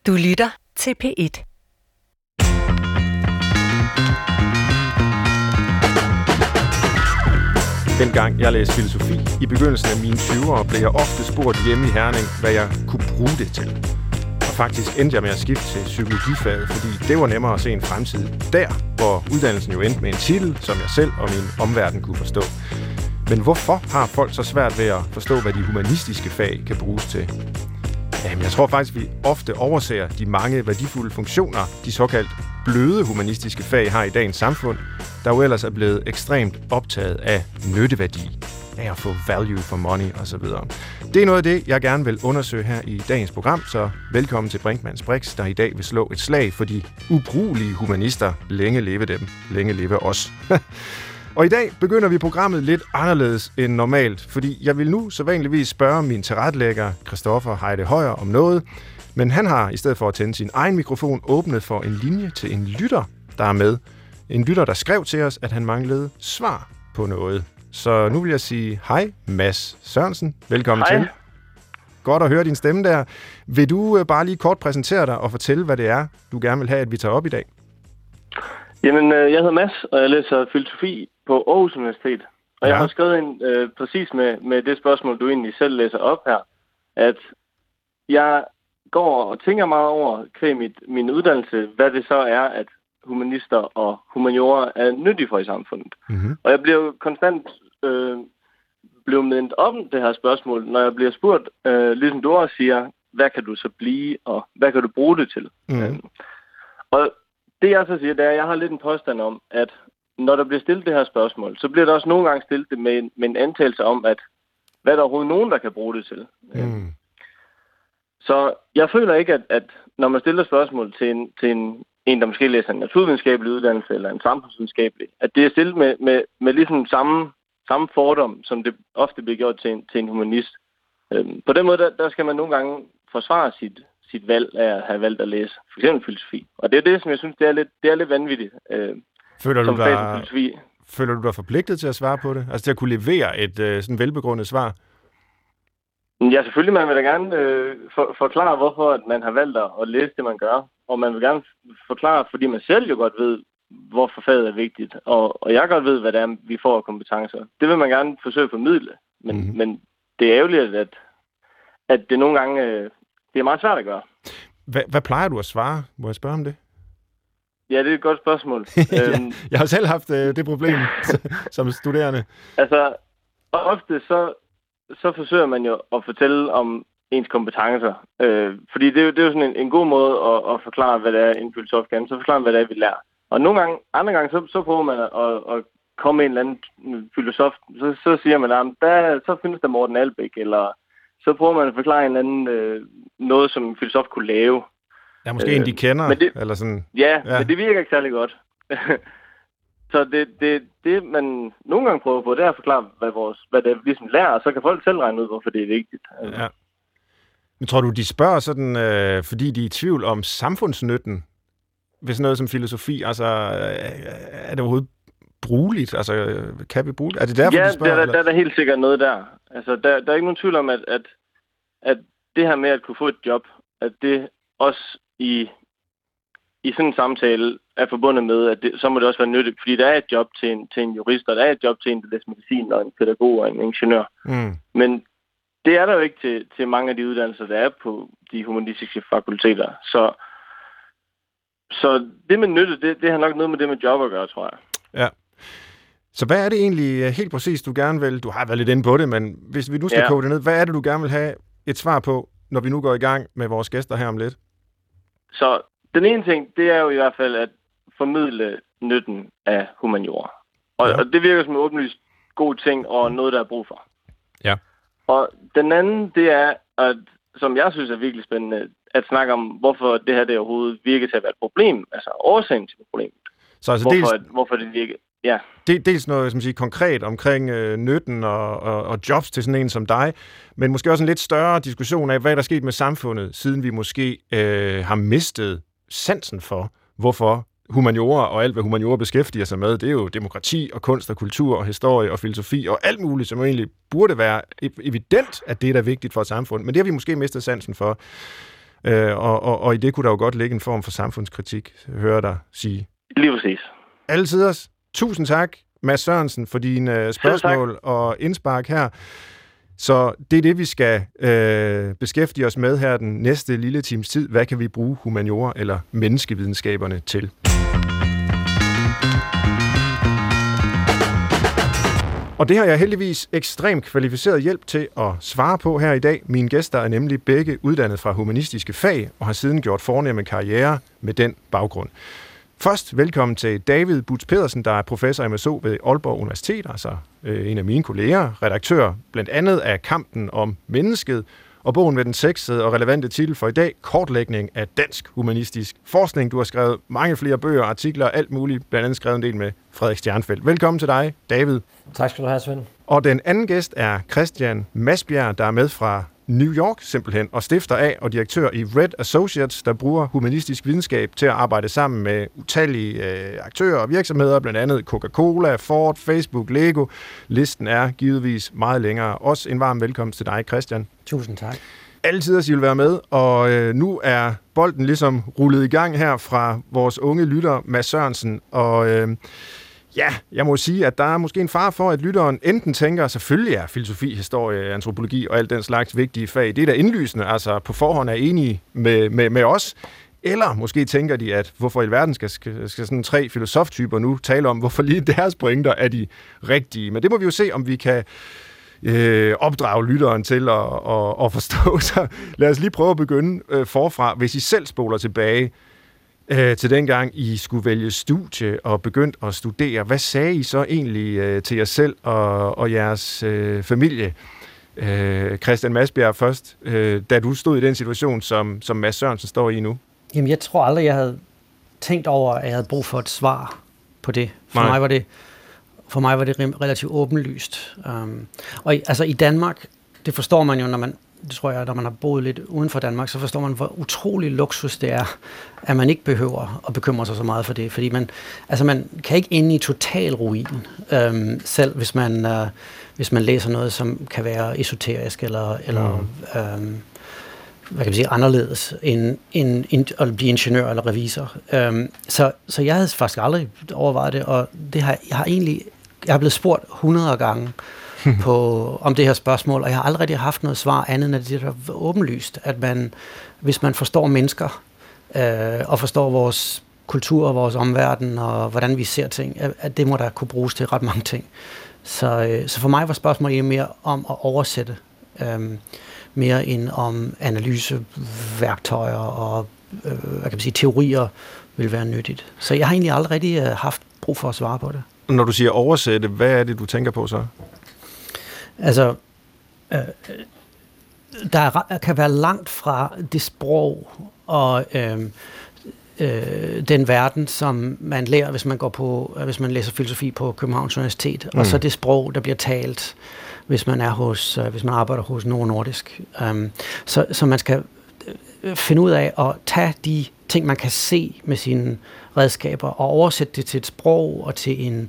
Du lytter til P1. Dengang jeg læste filosofi i begyndelsen af mine 20'ere, blev jeg ofte spurgt hjemme i Herning, hvad jeg kunne bruge det til. Og faktisk endte jeg med at skifte til psykologifaget, fordi det var nemmere at se en fremtid der, hvor uddannelsen jo endte med en titel, som jeg selv og min omverden kunne forstå. Men hvorfor har folk så svært ved at forstå, hvad de humanistiske fag kan bruges til? Jamen, jeg tror faktisk, vi ofte overser de mange værdifulde funktioner, de såkaldt bløde humanistiske fag har i dagens samfund, der jo ellers er blevet ekstremt optaget af nytteværdi, af at få value for money osv. Det er noget af det, jeg gerne vil undersøge her i dagens program, så velkommen til Brinkmanns Brix, der i dag vil slå et slag for de ubrugelige humanister. Længe leve dem, længe leve os. Og i dag begynder vi programmet lidt anderledes end normalt, fordi jeg vil nu så vanligvis spørge min tilrettelægger, Christoffer Heide Højer, om noget, men han har i stedet for at tænde sin egen mikrofon åbnet for en linje til en lytter, der er med. En lytter, der skrev til os, at han manglede svar på noget. Så nu vil jeg sige hej, Mads Sørensen. Velkommen til. Godt at høre din stemme der. Vil du bare lige kort præsentere dig og fortælle, hvad det er, du gerne vil have, at vi tager op i dag? Jamen, jeg hedder Mads, og jeg læser filosofi på Aarhus Universitet. Og jeg har skrevet ind præcis med det spørgsmål, du egentlig selv læser op her, at jeg går og tænker meget over kring min uddannelse, hvad det så er, at humanister og humaniorer er nyttige for i samfundet. Mm-hmm. Og jeg bliver jo konstant blevet mindet om det her spørgsmål, når jeg bliver spurgt, ligesom du også siger, hvad kan du så blive, og hvad kan du bruge det til? Mm-hmm. Og det jeg så siger, det er, at jeg har lidt en påstand om, at når der bliver stillet det her spørgsmål, så bliver der også nogle gange stillet det med en antagelse om, at hvad er der overhovedet nogen, der kan bruge det til? Mm. Så jeg føler ikke, at når man stiller spørgsmål til en, der måske læser en naturvidenskabelig uddannelse eller en samfundsvidenskabelig, at det er stillet med ligesom samme fordom, som det ofte bliver gjort til en humanist. På den måde, der skal man nogle gange forsvare sit valg af at have valgt at læse for eksempel filosofi. Og det er det, som jeg synes, det er lidt vanvittigt. Føler du dig forpligtet til at svare på det? Altså til at kunne levere et sådan velbegrundet svar? Ja, selvfølgelig. Man vil da gerne forklare, hvorfor at man har valgt at læse det, man gør. Og man vil gerne forklare, fordi man selv jo godt ved, hvorfor faget er vigtigt. Og jeg godt ved, hvad det er, vi får af kompetencer. Det vil man gerne forsøge at formidle. Men det er ærgerligt, at det nogle gange det er meget svært at gøre. Hvad plejer du at svare? Må jeg spørge om det? Ja, det er et godt spørgsmål. Jeg har selv haft det problem som studerende. Altså, ofte så forsøger man jo at fortælle om ens kompetencer. Fordi det er jo sådan en god måde at forklare, hvad det er, en filosof kan. Så forklare, hvad det er, vi lærer. Og andre gange, så prøver man at komme med en eller anden filosof. Så siger man, så findes der Morten Albæk, eller så prøver man at forklare en eller anden noget, som en filosof kunne lave. Ja, måske en, de kender, eller sådan. Ja, men det virker ikke særlig godt. Så det, man nogle gange prøver på, det er at forklare, hvad det ligesom lærer, og så kan folk selv regne ud, hvorfor det er vigtigt. Altså. Ja. Men tror du, de spørger sådan, fordi de er i tvivl om samfundsnytten ved sådan noget som filosofi? Altså, er det overhovedet brugeligt? Altså, kan vi bruge det? Er det derfor, de spørger? Ja, der er der helt sikkert noget der. Altså, der er ikke nogen tvivl om, at det her med at kunne få et job, at det også i sådan en samtale er forbundet med, at så må det også være nyttigt, fordi der er et job til en jurist, og der er et job til en, der læser medicin, og en pædagog og en ingeniør. Mm. Men det er der jo ikke til mange af de uddannelser, der er på de humanistiske fakulteter. Så det med nytte, det har nok noget med det med job at gøre, tror jeg. Ja. Så hvad er det egentlig helt præcis, du gerne vil? Du har været lidt inde på det, men hvis vi nu skal koge det ned, hvad er det, du gerne vil have et svar på, når vi nu går i gang med vores gæster her om lidt? Så den ene ting, det er jo i hvert fald at formidle nytten af humaniora. Og det virker som en åbenlyst god ting, og noget, der er brug for. Ja. Og den anden, det er, som jeg synes er virkelig spændende, at snakke om, hvorfor det her det overhovedet virker til at være et problem. Altså årsagen til problemet. Så altså hvorfor det virker. Ja. Dels noget som siger, konkret omkring nytten og jobs til sådan en som dig, men måske også en lidt større diskussion af, hvad der er sket med samfundet, siden vi måske har mistet sansen for, hvorfor humaniora og alt, hvad humaniora beskæftiger sig med, det er jo demokrati og kunst og kultur og historie og filosofi og alt muligt, som egentlig burde være evident, at det er da vigtigt for et samfund, men det har vi måske mistet sansen for. Og i det kunne der jo godt ligge en form for samfundskritik, hører dig sige. Lige præcis. Altiders. Tusind tak, Mads Sørensen, for dine spørgsmål og indspark her. Så det er det, vi skal beskæftige os med her den næste lille times tid. Hvad kan vi bruge humaniora eller menneskevidenskaberne til? Og det har jeg heldigvis ekstremt kvalificeret hjælp til at svare på her i dag. Mine gæster er nemlig begge uddannet fra humanistiske fag og har siden gjort fornemme karriere med den baggrund. Først velkommen til David Butz Pedersen, der er professor MSO ved Aalborg Universitet, altså en af mine kolleger, redaktør blandt andet af Kampen om mennesket, og bogen med den sexede og relevante titel for i dag, Kortlægning af dansk humanistisk forskning. Du har skrevet mange flere bøger, artikler, alt muligt, blandt andet skrevet en del med Frederik Stjernfeldt. Velkommen til dig, David. Tak skal du have, Svend. Og den anden gæst er Christian Masbjerg, der er med fra New York simpelthen, og stifter af og direktør i Red Associates, der bruger humanistisk videnskab til at arbejde sammen med utallige aktører og virksomheder, blandt andet Coca-Cola, Ford, Facebook, Lego. Listen er givetvis meget længere. Også en varm velkomst til dig, Christian. Tusind tak. Altid at I vil være med, og nu er bolden ligesom rullet i gang her fra vores unge lytter, Mads Sørensen, og ja, jeg må sige, at der er måske en fare for, at lytteren enten tænker, selvfølgelig er filosofi, historie, antropologi og alt den slags vigtige fag, det er da indlysende, altså på forhånd er enige med os, eller måske tænker de, at hvorfor i alverden skal sådan 3 filosoftyper nu tale om, hvorfor lige deres pointer er de rigtige. Men det må vi jo se, om vi kan opdrage lytteren til at forstå. Så lad os lige prøve at begynde forfra, hvis I selv spoler tilbage til dengang, I skulle vælge studie og begyndte at studere. Hvad sagde I så egentlig til jer selv og jeres familie? Christian Masbjerg først, da du stod i den situation, som Mads Sørensen står i nu. Jamen, jeg tror aldrig, jeg havde tænkt over, at jeg havde brug for et svar på det. For mig var det relativt åbenlyst. Og altså i Danmark, det forstår man jo, når man har boet lidt uden for Danmark, så forstår man, hvor utrolig luksus det er, at man ikke behøver at bekymre sig så meget for det. Fordi man kan ikke ende i total ruin, selv hvis man læser noget, som kan være esoterisk eller hvad kan man sige, anderledes end at blive ingeniør eller revisor. Så jeg havde faktisk aldrig overvejet det, og jeg har blevet spurgt 100 gange om det her spørgsmål, og jeg har aldrig haft noget svar andet end det, der er åbenlyst, at hvis man forstår mennesker og forstår vores kultur og vores omverden og hvordan vi ser ting, at det må der kunne bruges til ret mange ting. Så for mig var spørgsmålet mere om at oversætte, mere end om analyseværktøjer og hvad kan man sige, teorier vil være nyttigt. Så jeg har egentlig aldrig rigtig haft brug for at svare på det. Når du siger oversætte, hvad er det, du tænker på så? Altså, der kan være langt fra det sprog og den verden, som man lærer, hvis man læser filosofi på Københavns Universitet, og så det sprog, der bliver talt, hvis man arbejder hos Novo Nordisk. Så man skal finde ud af at tage de ting, man kan se med sine redskaber, og oversætte det til et sprog og til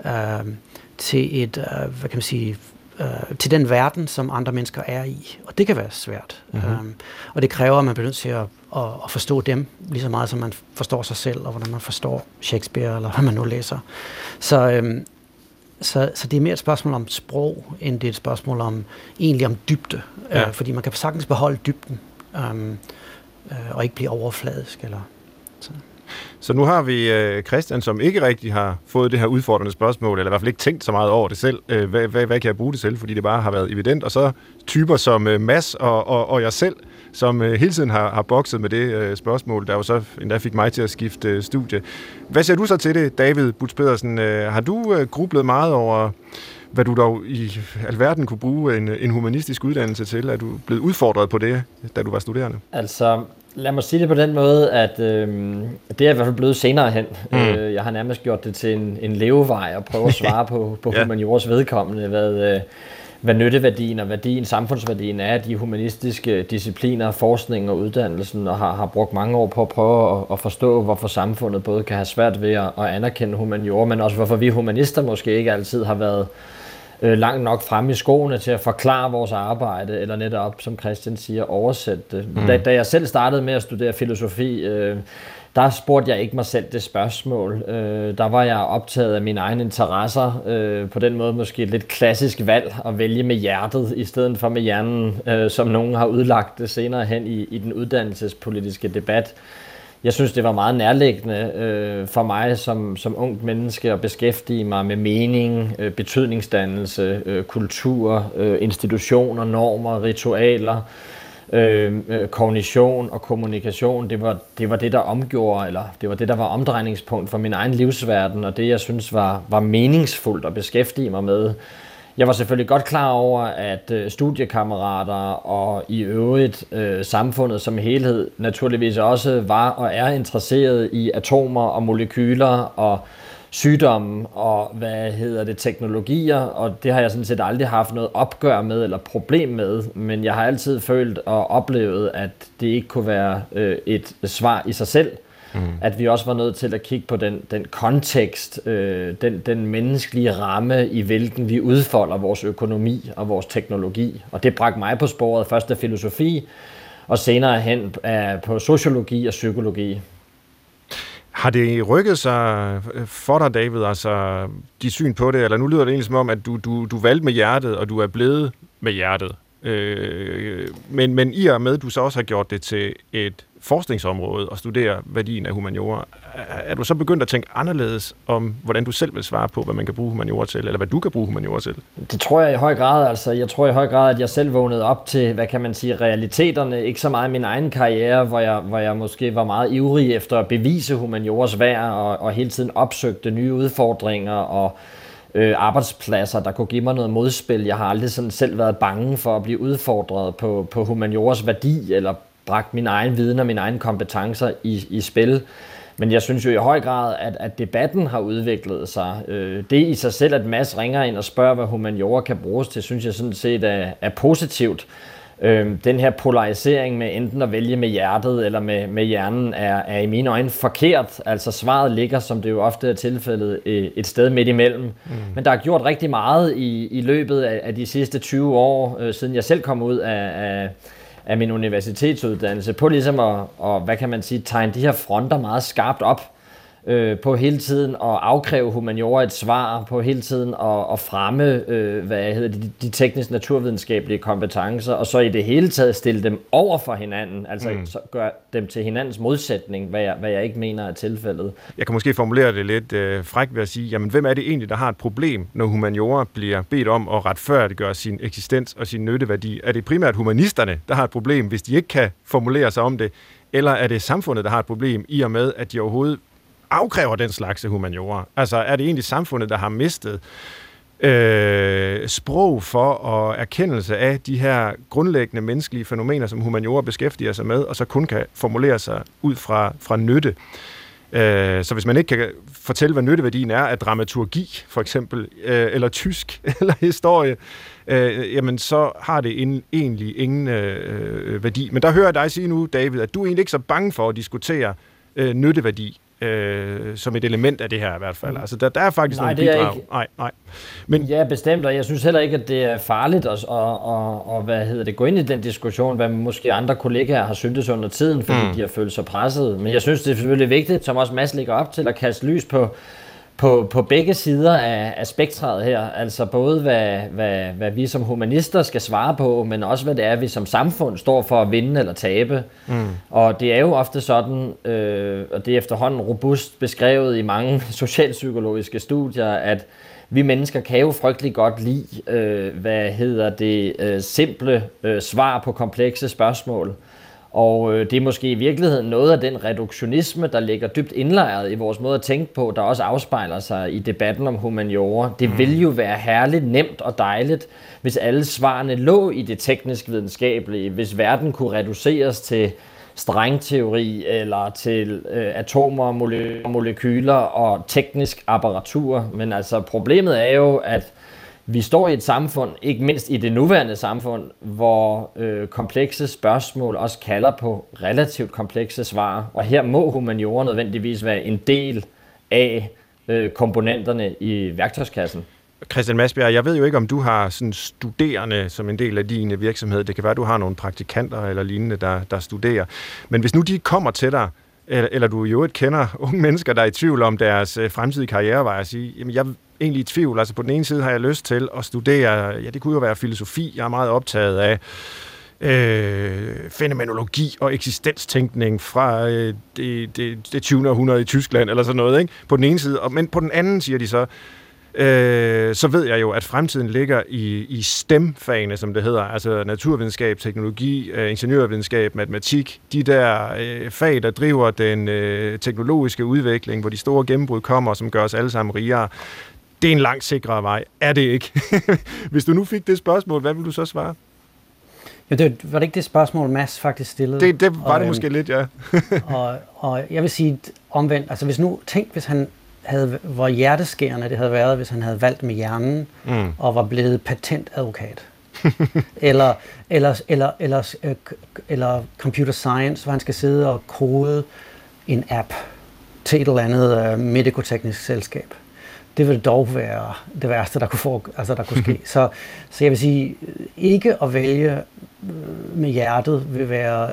hvad kan man sige, til den verden, som andre mennesker er i. Og det kan være svært. Og det kræver, at man bliver nødt til at forstå dem, lige så meget som man forstår sig selv, og hvordan man forstår Shakespeare, eller hvad man nu læser. Så det er mere et spørgsmål om sprog, end det er et spørgsmål om dybde. Fordi man kan sagtens beholde dybden, og ikke blive overfladisk. Så nu har vi Christian, som ikke rigtig har fået det her udfordrende spørgsmål, eller i hvert fald ikke tænkt så meget over det selv. Hvad kan jeg bruge det til? Fordi det bare har været evident. Og så typer som Mads og jeg selv, som hele tiden har bokset med det spørgsmål, der jo så endda fik mig til at skifte studie. Hvad siger du så til det, David Butz Pedersen? Har du grublet meget over, hvad du dog i alverden kunne bruge en humanistisk uddannelse til? Er du blevet udfordret på det, da du var studerende? Altså, lad mig sige det på den måde, at det er i hvert fald blevet senere hen. Jeg har nærmest gjort det til en levevej og prøve at svare på humanioras vedkommende, hvad nytteværdien og samfundsværdien er af de humanistiske discipliner, forskning og uddannelsen, og har brugt mange år på at prøve at forstå, hvorfor samfundet både kan have svært ved at anerkende humaniora, men også hvorfor vi humanister måske ikke altid har været langt nok frem i skoene til at forklare vores arbejde, eller netop, som Christian siger, oversætte det. Da jeg selv startede med at studere filosofi, der spurgte jeg ikke mig selv det spørgsmål. Der var jeg optaget af mine egne interesser. På den måde måske et lidt klassisk valg at vælge med hjertet, i stedet for med hjernen, som nogen har udlagt det senere hen i den uddannelsespolitiske debat. Jeg synes, det var meget nærliggende for mig som ungt menneske at beskæftige mig med mening, betydningsdannelse, kultur, institutioner, normer, ritualer, kognition og kommunikation. Det var det, der omgjorde, eller det var det, der var omdrejningspunkt for min egen livsverden, og det, jeg synes var meningsfuldt at beskæftige mig med. Jeg var selvfølgelig godt klar over, at studiekammerater og i øvrigt samfundet som helhed naturligvis også var og er interesseret i atomer og molekyler og sygdomme og teknologier, og det har jeg sådan set aldrig haft noget opgør med eller problem med, men jeg har altid følt og oplevet, at det ikke kunne være et svar i sig selv. At vi også var nødt til at kigge på den kontekst, den menneskelige ramme, i hvilken vi udfolder vores økonomi og vores teknologi. Og det bragte mig på sporet først af filosofi, og senere hen på sociologi og psykologi. Har det rykket sig for dig, David, altså dit syn på det, eller nu lyder det egentlig som om, at du valgte med hjertet, og du er blevet med hjertet. Men i og med, at du så også har gjort det til et forskningsområde og studere værdien af humaniora, er du så begyndt at tænke anderledes om, hvordan du selv vil svare på, hvad man kan bruge humaniora til, eller hvad du kan bruge humaniora til? Det tror jeg i høj grad. Altså, jeg tror i høj grad, at jeg selv vågnede op til, hvad kan man sige, realiteterne. Ikke så meget min egen karriere, hvor jeg måske var meget ivrig efter at bevise humanioras værd, og hele tiden opsøgte nye udfordringer og arbejdspladser, der kunne give mig noget modspil. Jeg har aldrig sådan selv været bange for at blive udfordret på humanioras værdi, eller bragt min egen viden og mine egne kompetencer i spil. Men jeg synes jo i høj grad, at debatten har udviklet sig. Det i sig selv, at Mads ringer ind og spørger, hvad humaniora kan bruges til, synes jeg sådan set er positivt. Den her polarisering med enten at vælge med hjertet eller med hjernen er i mine øjne forkert. Altså svaret ligger, som det jo ofte er tilfældet, et sted midt imellem. Men der er gjort rigtig meget i løbet af de sidste 20 år, siden jeg selv kom ud af min universitetsuddannelse, på ligesom at hvad kan man sige, tegne de her fronter meget skarpt op, på hele tiden at afkræve humaniora et svar, på hele tiden at fremme de teknisk naturvidenskabelige kompetencer, og så i det hele taget stille dem over for hinanden, altså så gøre dem til hinandens modsætning, hvad jeg ikke mener er tilfældet. Jeg kan måske formulere det lidt frækt ved at sige, jamen hvem er det egentlig, der har et problem, når humaniora bliver bedt om at retfærdiggøre sin eksistens og sin nytteværdi? Er det primært humanisterne, der har et problem, hvis de ikke kan formulere sig om det, eller er det samfundet, der har et problem, i og med, at de overhovedet afkræver den slags af humaniora? Altså, er det egentlig samfundet, der har mistet sprog for og erkendelse af de her grundlæggende menneskelige fænomener, som humaniora beskæftiger sig med, og så kun kan formulere sig ud fra nytte? Så hvis man ikke kan fortælle, hvad nytteværdien er af dramaturgi, for eksempel, eller tysk, eller historie, jamen så har det egentlig ingen værdi. Men der hører jeg dig sige nu, David, at du er egentlig ikke så bange for at diskutere nytteværdi som et element af det her i hvert fald. Altså der er faktisk nogle bidrag. Nej. Men ja, bestemt, og jeg synes heller ikke, at det er farligt at gå ind i den diskussion, hvad måske andre kollegaer har syntes under tiden, fordi de har følt sig presset. Men jeg synes, det er selvfølgelig vigtigt, som også Mads lægger op til, at kaste lys på begge sider af spektret her, altså både hvad vi som humanister skal svare på, men også hvad det er, vi som samfund står for at vinde eller tabe. Og det er jo ofte sådan, og det er efterhånden robust beskrevet i mange socialpsykologiske studier, at vi mennesker kan jo frygtelig godt lide, simple svar på komplekse spørgsmål. Og det er måske i virkeligheden noget af den reduktionisme, der ligger dybt indlejret i vores måde at tænke på, der også afspejler sig i debatten om humaniora. Det ville jo være herligt, nemt og dejligt, hvis alle svarene lå i det teknisk videnskabelige, hvis verden kunne reduceres til stringteori eller til atomer og molekyler og teknisk apparatur. Men altså problemet er jo, at vi står i et samfund, ikke mindst i det nuværende samfund, hvor komplekse spørgsmål også kalder på relativt komplekse svar. Og her må humaniora nødvendigvis være en del af komponenterne i værktøjskassen. Christian Masbjerg, jeg ved jo ikke, om du har sådan studerende som en del af din virksomhed. Det kan være, at du har nogle praktikanter eller lignende, der studerer. Men hvis nu de kommer til dig, eller du jo ikke kender unge mennesker, der er i tvivl om deres fremtidige karrierevej, og sige, jamen jeg er egentlig i tvivl. Altså på den ene side har jeg lyst til at studere, ja det kunne jo være filosofi, jeg er meget optaget af fænomenologi og eksistenstænkning fra det 20. århundrede i Tyskland, eller sådan noget, ikke? På den ene side. Men på den anden, siger de så ved jeg jo, at fremtiden ligger i STEM-fagene, som det hedder, altså naturvidenskab, teknologi, ingeniørvidenskab, matematik, de der fag, der driver den teknologiske udvikling, hvor de store gennembrud kommer, som gør os alle sammen rigere. Det er en langt sikrere vej. Er det ikke? Hvis du nu fik det spørgsmål, hvad vil du så svare? Jo, var det ikke det spørgsmål, Mads faktisk stillede? Det var det måske lidt, ja. og jeg vil sige omvendt, altså hvis han hvor hjerteskærende det havde været, hvis han havde valgt med hjernen og var blevet patentadvokat. eller computer science, hvor han skal sidde og kode en app til et eller andet medicoteknisk selskab. Det ville dog være det værste, der kunne ske. Så jeg vil sige, ikke at vælge med hjertet vil være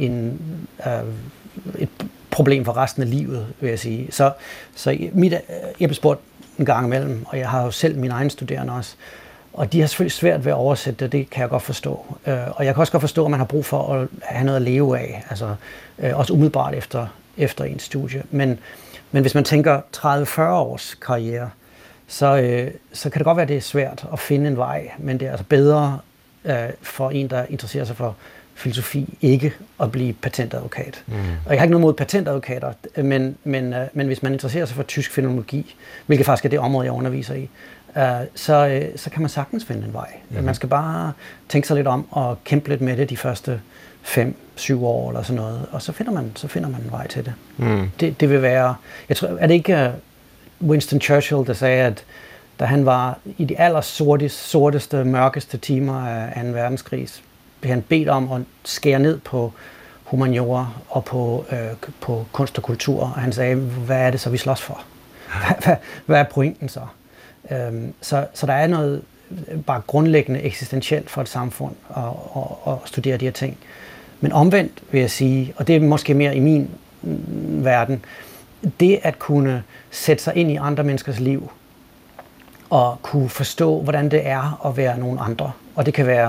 et problem for resten af livet, vil jeg sige. Så jeg blev spurgt en gang imellem, og jeg har jo selv mine egne studerende også, og de har selvfølgelig svært ved at oversætte det kan jeg godt forstå. Og jeg kan også godt forstå, at man har brug for at have noget at leve af, altså også umiddelbart efter en studie. Men hvis man tænker 30-40 års karriere, så kan det godt være, at det er svært at finde en vej, men det er altså bedre for en, der interesserer sig for filosofi, ikke at blive patentadvokat. Og jeg har ikke noget mod patentadvokater, men hvis man interesserer sig for tysk fænomenologi, hvilket faktisk er det område, jeg underviser i, så kan man sagtens finde en vej. Man skal bare tænke sig lidt om og kæmpe lidt med det de første 5-7 år eller sådan noget, og så finder man en vej til det. Det vil være, jeg tror, er det ikke Winston Churchill, der sagde, at da han var i de sorteste, mørkeste timer af 2. verdenskrig, blev han bedt om at skære ned på humaniora og på kunst og kultur, og han sagde, hvad er det så, vi slås for? Hvad er pointen så? Så der er noget bare grundlæggende eksistentielt for et samfund at studere de her ting. Men omvendt vil jeg sige, og det er måske mere i min verden, det at kunne sætte sig ind i andre menneskers liv og kunne forstå, hvordan det er at være nogen andre. Og det kan være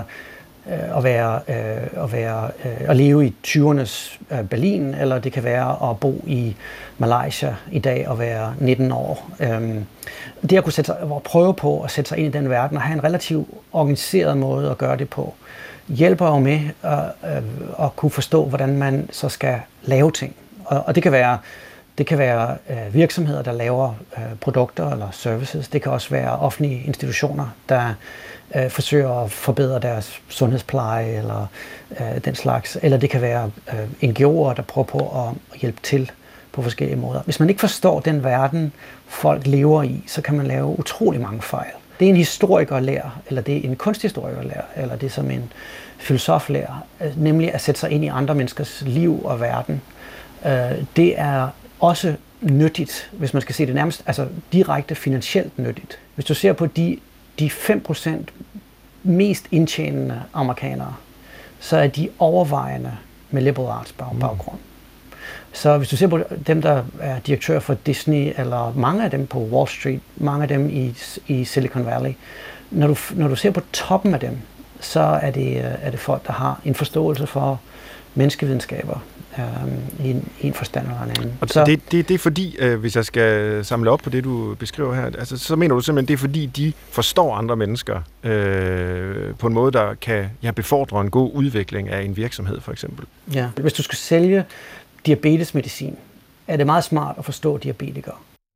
at leve i 20'ernes Berlin, eller det kan være at bo i Malaysia i dag og være 19 år. Det at kunne prøve på at sætte sig ind i den verden og have en relativt organiseret måde at gøre det på, hjælper jo med at kunne forstå, hvordan man så skal lave ting. Og det kan være virksomheder, der laver produkter eller services. Det kan også være offentlige institutioner, der forsøger at forbedre deres sundhedspleje eller den slags. Eller det kan være NGO'er, der prøver på at hjælpe til på forskellige måder. Hvis man ikke forstår den verden, folk lever i, så kan man lave utrolig mange fejl. Det er en historiker lærer, eller det er en kunsthistoriker lærer, eller det er som en filosof lærer, nemlig at sætte sig ind i andre menneskers liv og verden. Det er også nyttigt, hvis man skal se det nærmest, altså direkte finansielt nyttigt. Hvis du ser på de 5% mest indtjenende amerikanere, så er de overvejende med liberal arts baggrund. Så hvis du ser på dem, der er direktør for Disney, eller mange af dem på Wall Street, mange af dem i Silicon Valley, når du ser på toppen af dem, så er det folk, der har en forståelse for menneskevidenskaber i en forstand eller en anden. Og så det er fordi, hvis jeg skal samle op på det, du beskriver her, altså, så mener du simpelthen, det er fordi, de forstår andre mennesker på en måde, der kan befordre en god udvikling af en virksomhed, for eksempel. Ja, hvis du skal sælge diabetesmedicin, er det meget smart at forstå diabetikere.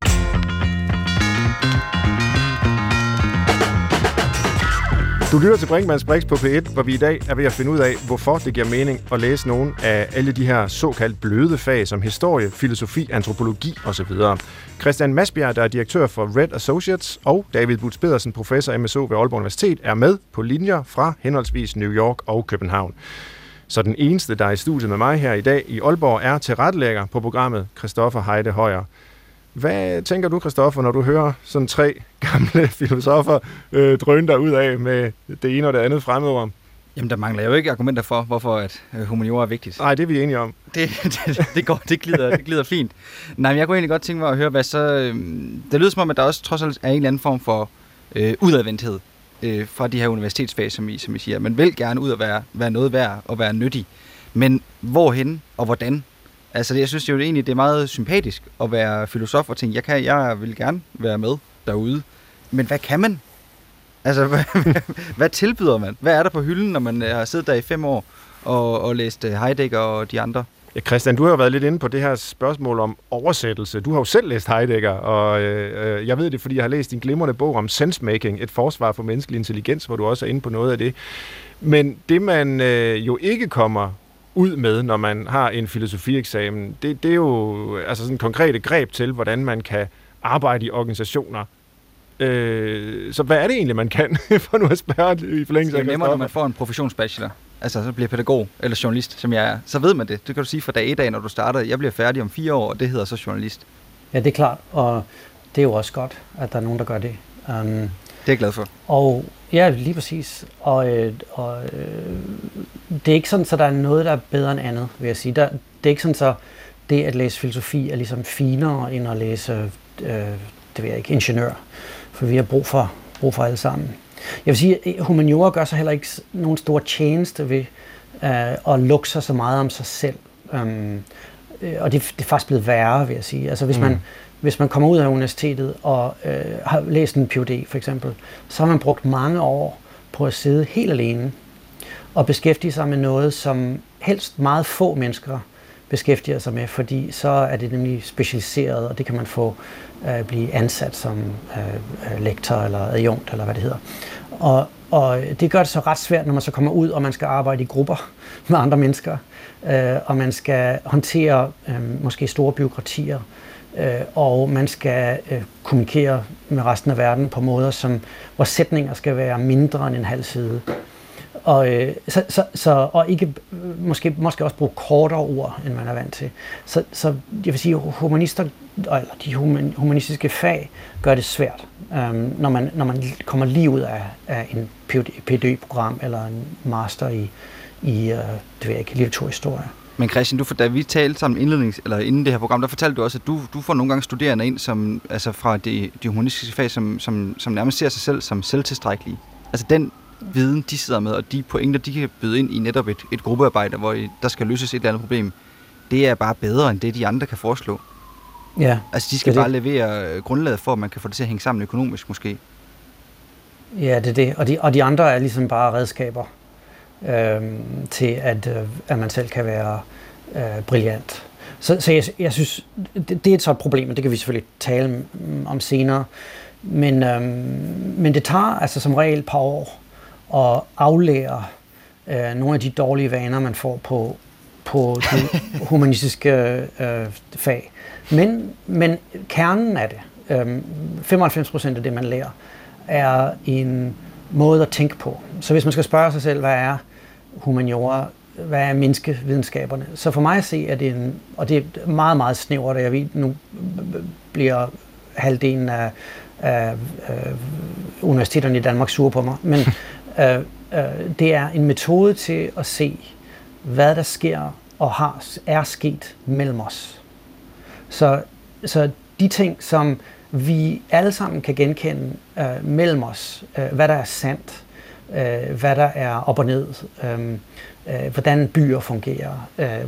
Du lytter til Brinkmanns Brix på P1, hvor vi i dag er ved at finde ud af, hvorfor det giver mening at læse nogle af alle de her såkaldt bløde fag, som historie, filosofi, antropologi osv. Christian Masbjerg, der er direktør for Red Associates, og David Butz Pedersen, professor MSO ved Aalborg Universitet, er med på linjer fra henholdsvis New York og København. Så den eneste, der er i studiet med mig her i dag i Aalborg, er tilrettelægger på programmet, Christoffer Heide Højer. Hvad tænker du, Christoffer, når du hører sådan 3 gamle filosofer drøne der ud af med det ene og det andet fremmedord? Jamen, der mangler jo ikke argumenter for, hvorfor at humaniora er vigtigt. Nej, det er vi enige om. Det glider fint. Nej, men jeg kunne egentlig godt tænke mig at høre, hvad så... Det lyder som om, at der også trods alt er en eller anden form for udadvendthed fra de her universitetsfag, som I siger. Man vil gerne ud og være noget værd og være nyttig. Men hvorhen og hvordan? Altså, jeg synes jo egentlig, det er meget sympatisk at være filosof og tænke, jeg vil gerne være med derude. Men hvad kan man? Altså, hvad tilbyder man? Hvad er der på hylden, når man har siddet der i 5 år og læst Heidegger og de andre? Ja, Christian, du har jo været lidt inde på det her spørgsmål om oversættelse. Du har jo selv læst Heidegger, og jeg ved det, fordi jeg har læst din glimrende bog om sensemaking, et forsvar for menneskelig intelligens, hvor du også er inde på noget af det. Men det, man jo ikke kommer ud med, når man har en filosofieksamen, det er jo altså sådan konkrete greb til, hvordan man kan arbejde i organisationer. Så hvad er det egentlig, man kan, for nu at spørge i forlængelse af det er nemmere, når man får en professionsbachelor. Altså, så bliver pædagog eller journalist, som jeg er. Så ved man det. Det kan du sige fra dag 1 af, når du starter. Jeg bliver færdig om 4 år, og det hedder så journalist. Ja, det er klart, og det er jo også godt, at der er nogen, der gør det. Det er jeg glad for. Og ja, lige præcis. Og det er ikke sådan, så der er noget, der er bedre end andet, vil jeg sige. Det er ikke sådan, så det at læse filosofi er ligesom finere, end at læse, det ved jeg ikke, ingeniør. For vi har brug for alle sammen. Jeg vil sige, at humaniora gør sig heller ikke nogen store tjeneste ved at lukke sig så meget om sig selv. Og det er faktisk blevet værre, vil jeg sige. Altså hvis man kommer ud af universitetet og har læst en Ph.D. for eksempel, så har man brugt mange år på at sidde helt alene og beskæftige sig med noget, som helst meget få mennesker beskæftiger sig med, fordi så er det nemlig specialiseret, og det kan man få blive ansat som lektor eller adjunkt, eller hvad det hedder. Og det gør det så ret svært, når man så kommer ud, og man skal arbejde i grupper med andre mennesker, og man skal håndtere måske store bureaukratier, og man skal kommunikere med resten af verden på måder, hvor sætninger skal være mindre end en halv side. Og ikke måske også bruge kortere ord, end man er vant til. Så jeg vil sige, humanister, eller de humanistiske fag gør det svært, når man kommer lige ud af en PhD-program eller en master i det ved jeg ikke, litteraturhistorie. Men Christian, da vi talte sammen inden det her program, der fortalte du også, at du får nogle gange studerende ind, som altså fra de humanistiske fag, som nærmest ser sig selv som selvtilstrækkelige. Altså den viden, de sidder med, og de pointer, de kan byde ind i netop et gruppearbejde, hvor der skal løses et eller andet problem, det er bare bedre, end det de andre kan foreslå. Ja. Altså de skal bare levere grundlaget for, at man kan få det til at hænge sammen økonomisk måske. Ja, det er det. Og de andre er ligesom bare redskaber til, at man selv kan være brilliant. Så jeg synes, det er et sådan problem, og det kan vi selvfølgelig tale om senere. Men det tager altså som regel et par år at aflære nogle af de dårlige vaner, man får på de humanistiske fag. Men kernen af det, 95% af det, man lærer, er en måde at tænke på. Så hvis man skal spørge sig selv, hvad er humaniora, hvad er menneskevidenskaberne, så for mig at se, er det og det er meget, meget snævert, og jeg ved, nu bliver halvdelen af universiteterne i Danmark sure på mig, men det er en metode til at se, hvad der sker og er sket mellem os. Så de ting, som vi alle sammen kan genkende mellem os, hvad der er sandt, hvad der er op og ned, hvordan byer fungerer,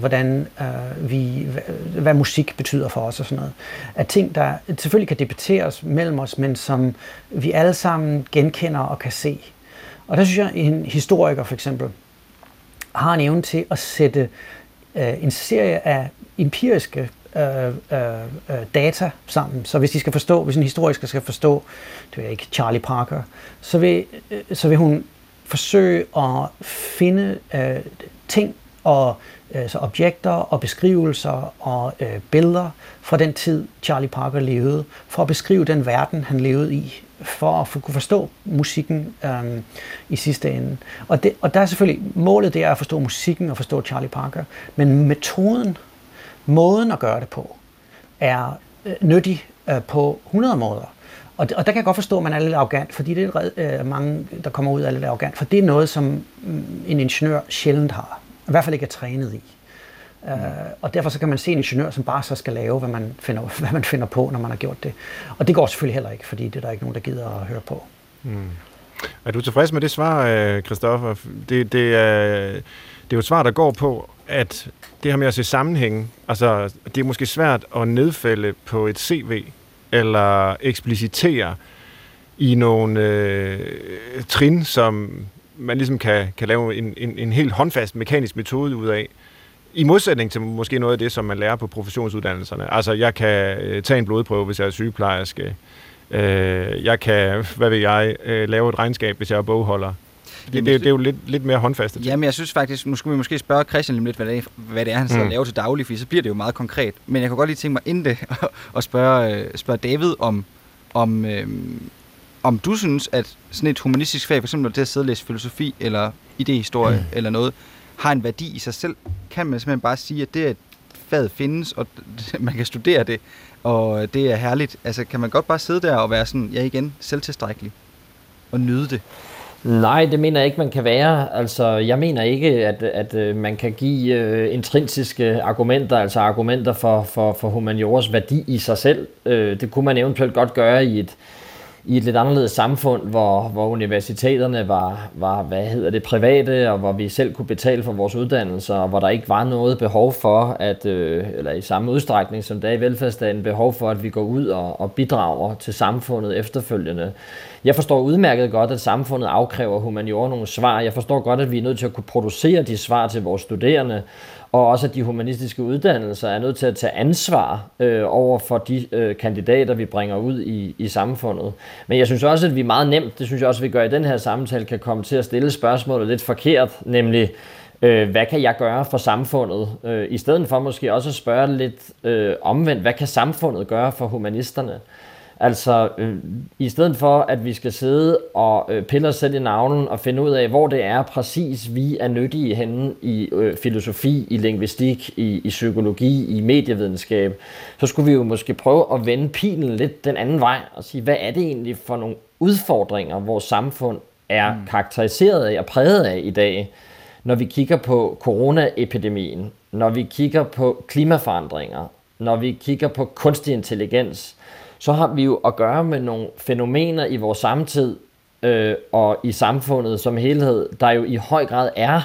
hvad musik betyder for os og sådan noget. At ting, der selvfølgelig kan debatteres mellem os, men som vi alle sammen genkender og kan se. Og der synes jeg, en historiker for eksempel har en evne til at sætte en serie af empiriske data sammen. Så hvis en historiker skal forstå, det er ikke Charlie Parker, så vil hun forsøge at finde ting og så objekter og beskrivelser og billeder fra den tid, Charlie Parker levede, for at beskrive den verden, han levede i, for at kunne forstå musikken i sidste ende. Og der er selvfølgelig, målet det er at forstå musikken og forstå Charlie Parker, men måden at gøre det på, er nyttig på 100 måder. Og der kan jeg godt forstå, at man er lidt arrogant, fordi det er mange, der kommer ud af lidt arrogant, for det er noget, som en ingeniør sjældent har. I hvert fald ikke er trænet i. Og derfor så kan man se en ingeniør, som bare så skal lave, hvad man finder på, når man har gjort det. Og det går selvfølgelig heller ikke, fordi det er der ikke nogen, der gider at høre på. Er du tilfreds med det svar, Christoffer? Det er jo et svar, der går på, at det her med at se sammenhænge, altså det er måske svært at nedfælde på et CV, eller eksplicitere i nogle trin, som man ligesom kan lave en helt håndfast mekanisk metode ud af. I modsætning til måske noget af det, som man lærer på professionsuddannelserne. Altså, jeg kan tage en blodprøve, hvis jeg er sygeplejerske. Jeg kan, lave et regnskab, hvis jeg er bogholder. Det er jo lidt mere håndfast. Jamen, jeg synes faktisk, nu skulle vi måske spørge Christian lidt, hvad det er, han sidder og laver til daglig, for så bliver det jo meget konkret. Men jeg kan godt lige tænke mig inden det, og spørge David om du synes, at sådan et humanistisk fag, for eksempel det at sidde og læse filosofi, eller idéhistorie, eller noget, har en værdi i sig selv? Kan man simpelthen bare sige, at det at faget findes, og man kan studere det, og det er herligt? Altså, kan man godt bare sidde der og være sådan, igen, selvtilstrækkelig, og nyde det? Nej, det mener jeg ikke, man kan være. Altså, jeg mener ikke, at man kan give intrinsiske argumenter, altså argumenter for humaniores værdi i sig selv. Det kunne man eventuelt godt gøre i et lidt anderledes samfund, hvor universiteterne var private, og hvor vi selv kunne betale for vores uddannelser, og hvor der ikke var noget behov for, eller i samme udstrækning som der i velfærdsstaten, behov for, at vi går ud og bidrager til samfundet efterfølgende. Jeg forstår udmærket godt, at samfundet afkræver humaniora nogle svar. Jeg forstår godt, at vi er nødt til at kunne producere de svar til vores studerende, og også at de humanistiske uddannelser er nødt til at tage ansvar over for de kandidater, vi bringer ud i samfundet. Men jeg synes også, at vi meget nemt, det synes jeg også, vi gør i den her samtale, kan komme til at stille spørgsmålet lidt forkert, nemlig, hvad kan jeg gøre for samfundet? I stedet for måske også at spørge lidt omvendt, hvad kan samfundet gøre for humanisterne? Altså, i stedet for, at vi skal sidde og pille os selv i navlen og finde ud af, hvor det er præcis, vi er nyttige henne i filosofi, i lingvistik, i psykologi, i medievidenskab, så skulle vi jo måske prøve at vende pilen lidt den anden vej og sige, hvad er det egentlig for nogle udfordringer, vores samfund er karakteriseret af og præget af i dag, når vi kigger på coronaepidemien, når vi kigger på klimaforandringer, når vi kigger på kunstig intelligens, så har vi jo at gøre med nogle fænomener i vores samtid og i samfundet som helhed, der jo i høj grad er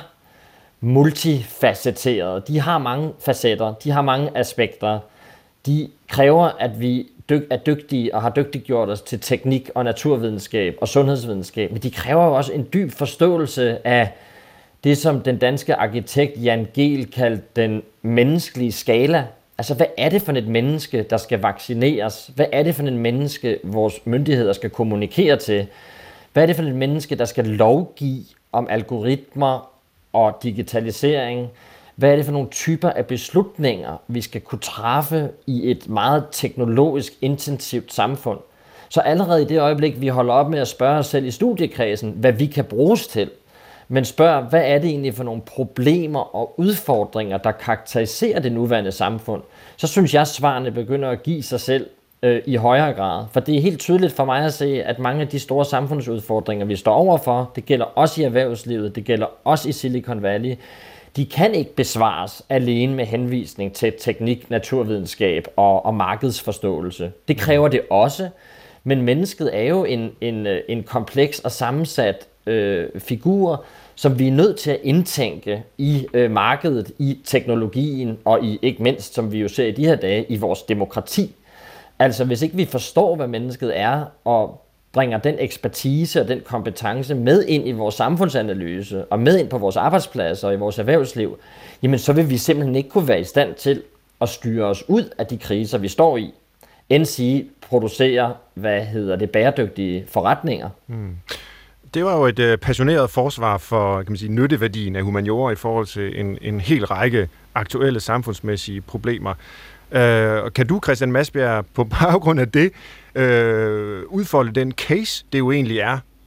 multifacetterede. De har mange facetter, de har mange aspekter. De kræver, at vi er dygtige og har dygtiggjort os til teknik og naturvidenskab og sundhedsvidenskab, men de kræver jo også en dyb forståelse af det, som den danske arkitekt Jan Gehl kaldte den menneskelige skala. Altså, hvad er det for et menneske, der skal vaccineres? Hvad er det for et menneske, vores myndigheder skal kommunikere til? Hvad er det for et menneske, der skal lovgive om algoritmer og digitalisering? Hvad er det for nogle typer af beslutninger, vi skal kunne træffe i et meget teknologisk intensivt samfund? Så allerede i det øjeblik, vi holder op med at spørge os selv i studiekredsen, hvad vi kan bruges til, men spørg, hvad er det egentlig for nogle problemer og udfordringer, der karakteriserer det nuværende samfund, så synes jeg, at svarene begynder at give sig selv i højere grad. For det er helt tydeligt for mig at se, at mange af de store samfundsudfordringer, vi står overfor, det gælder også i erhvervslivet, det gælder også i Silicon Valley, de kan ikke besvares alene med henvisning til teknik, naturvidenskab og markedsforståelse. Det kræver det også, men mennesket er jo en kompleks og sammensat figur, som vi er nødt til at indtænke i markedet, i teknologien og i, ikke mindst, som vi jo ser i de her dage, i vores demokrati. Altså, hvis ikke vi forstår, hvad mennesket er, og bringer den ekspertise og den kompetence med ind i vores samfundsanalyse, og med ind på vores arbejdspladser og i vores erhvervsliv, jamen så vil vi simpelthen ikke kunne være i stand til at styre os ud af de kriser, vi står i, end sige, producere, bæredygtige forretninger. Det var jo et passioneret forsvar for, kan man sige, nytteværdien af humaniora i forhold til en hel række aktuelle samfundsmæssige problemer. Kan du, Christian Madsbjerg, på baggrund af det udfolde den case, det jo egentlig er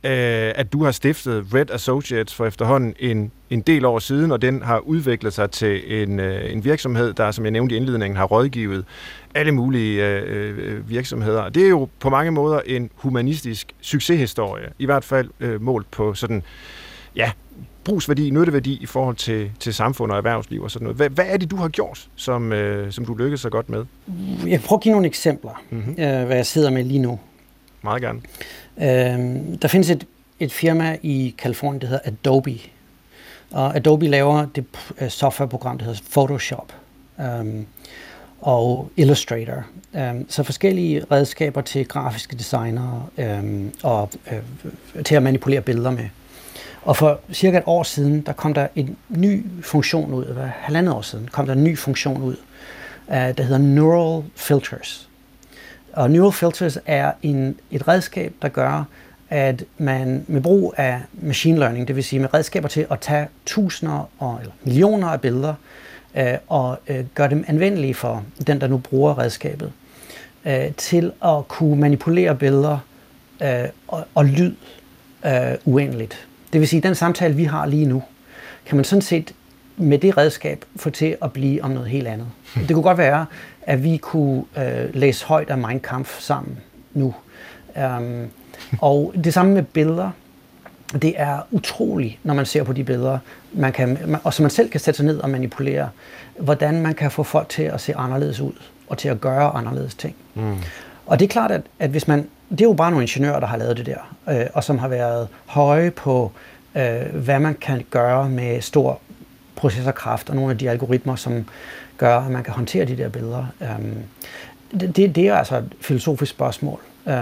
at du har stiftet Red Associates for efterhånden en del år siden, og den har udviklet sig til en virksomhed, der, som jeg nævnte i indledningen, har rådgivet alle mulige virksomheder. Det er jo på mange måder en humanistisk succeshistorie, i hvert fald målt på sådan, ja, brugsværdi, nytteværdi i forhold til samfund og erhvervsliv og sådan noget. Hvad er det, du har gjort, som du lykkedes så godt med? Jeg prøver at give nogle eksempler, hvad jeg sidder med lige nu. Meget gerne. Der findes et firma i Californien, der hedder Adobe. Og Adobe laver det softwareprogram, der hedder Photoshop og Illustrator. Så forskellige redskaber til grafiske designere og til at manipulere billeder med. Og for cirka et år siden, der kom der en ny funktion ud, eller 1,5 år siden, kom der en ny funktion ud, der hedder Neural Filters. Og Neural Filters er et redskab, der gør, at man med brug af machine learning, det vil sige med redskaber til at tage tusinder eller millioner af billeder, og gøre dem anvendelige for den, der nu bruger redskabet, til at kunne manipulere billeder og lyd uendeligt. Det vil sige, at den samtale, vi har lige nu, kan man sådan set med det redskab få til at blive om noget helt andet. Det kunne godt være, at vi kunne læse højt af Mein Kampf sammen nu. Og det samme med billeder. Det er utroligt, når man ser på de billeder, og så man selv kan sætte sig ned og manipulere, hvordan man kan få folk til at se anderledes ud, og til at gøre anderledes ting. Og det er klart, at hvis man... Det er jo bare nogle ingeniører, der har lavet det der, og som har været høje på, hvad man kan gøre med stor processorkraft, og nogle af de algoritmer, som gør, at man kan håndtere de der billeder. Det er altså et filosofisk spørgsmål.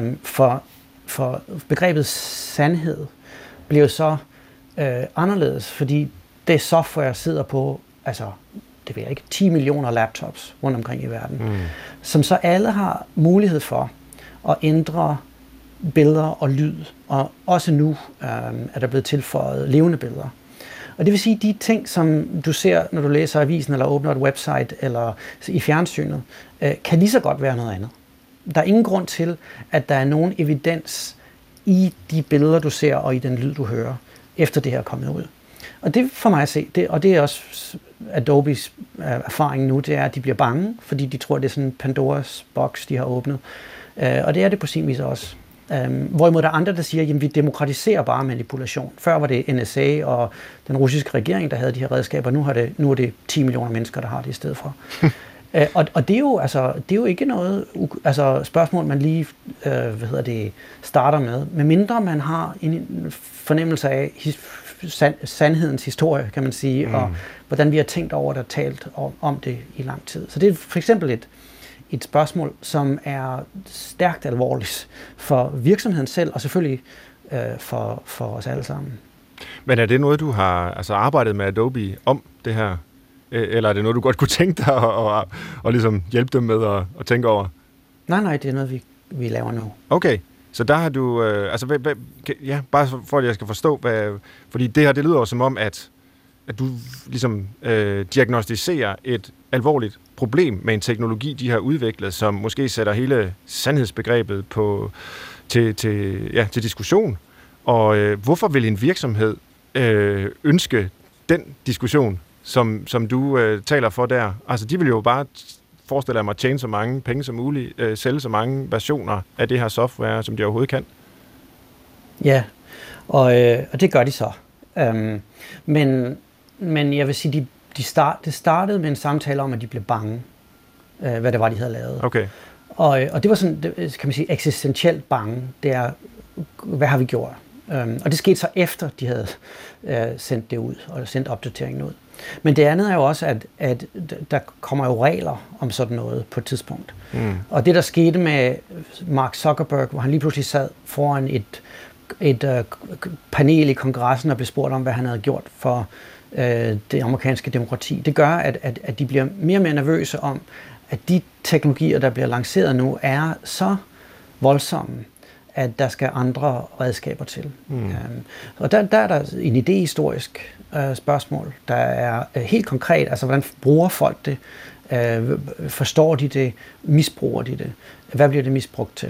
For begrebet sandhed bliver så anderledes, fordi det software sidder på, altså det ved jeg ikke, 10 millioner laptops rundt omkring i verden, som så alle har mulighed for at ændre billeder og lyd, og også nu er der blevet tilføjet levende billeder. Og det vil sige, de ting, som du ser, når du læser avisen, eller åbner et website, eller i fjernsynet, kan lige så godt være noget andet. Der er ingen grund til, at der er nogen evidens i de billeder, du ser, og i den lyd, du hører, efter det her er kommet ud. Og det for mig at se, og det er også Adobes erfaring nu, det er, at de bliver bange, fordi de tror, det er sådan en Pandoras boks, de har åbnet. Og det er det på sin vis også. Hvorimod der er andre, der siger, at vi demokratiserer bare manipulation. Før var det NSA og den russiske regering, der havde de her redskaber. Nu er det 10 millioner mennesker, der har det i stedet for. Og det er jo ikke noget spørgsmål, man lige starter med. Medmindre man har en fornemmelse af sandhedens historie, kan man sige, og hvordan vi har tænkt over det og talt om det i lang tid. Så det er for eksempel et spørgsmål, som er stærkt alvorligt for virksomheden selv, og selvfølgelig for os alle sammen. Men er det noget, du har arbejdet med Adobe om det her? Eller er det noget, du godt kunne tænke dig og ligesom hjælpe dem med at tænke over? Nej, det er noget, vi laver nu. Okay, så der har du... bare for at jeg skal forstå, fordi det her, det lyder jo som om, at du ligesom diagnostiserer et alvorligt problem med en teknologi, de har udviklet, som måske sætter hele sandhedsbegrebet til diskussion. Og hvorfor vil en virksomhed ønske den diskussion, som du taler for der? Altså, de vil jo bare forestille mig at tjene så mange penge som muligt, sælge så mange versioner af det her software, som de overhovedet kan. Ja, og det gør de så. Men jeg vil sige, det startede med en samtale om, at de blev bange, hvad det var, de havde lavet. Okay. Og det var sådan, kan man sige, eksistentielt bange. Det er, hvad har vi gjort? Og det skete så efter, de havde sendt det ud, og sendt opdateringen ud. Men det andet er jo også, at der kommer jo regler om sådan noget på et tidspunkt. Og det, der skete med Mark Zuckerberg, hvor han lige pludselig sad foran et panel i kongressen og blev spurgt om, hvad han havde gjort for det amerikanske demokrati. Det gør, at de bliver mere og mere nervøse om, at de teknologier, der bliver lanceret nu, er så voldsomme, at der skal andre redskaber til. Og der er der en idehistorisk spørgsmål, der er helt konkret, altså hvordan bruger folk det? Forstår de det? Misbruger de det? Hvad bliver det misbrugt til?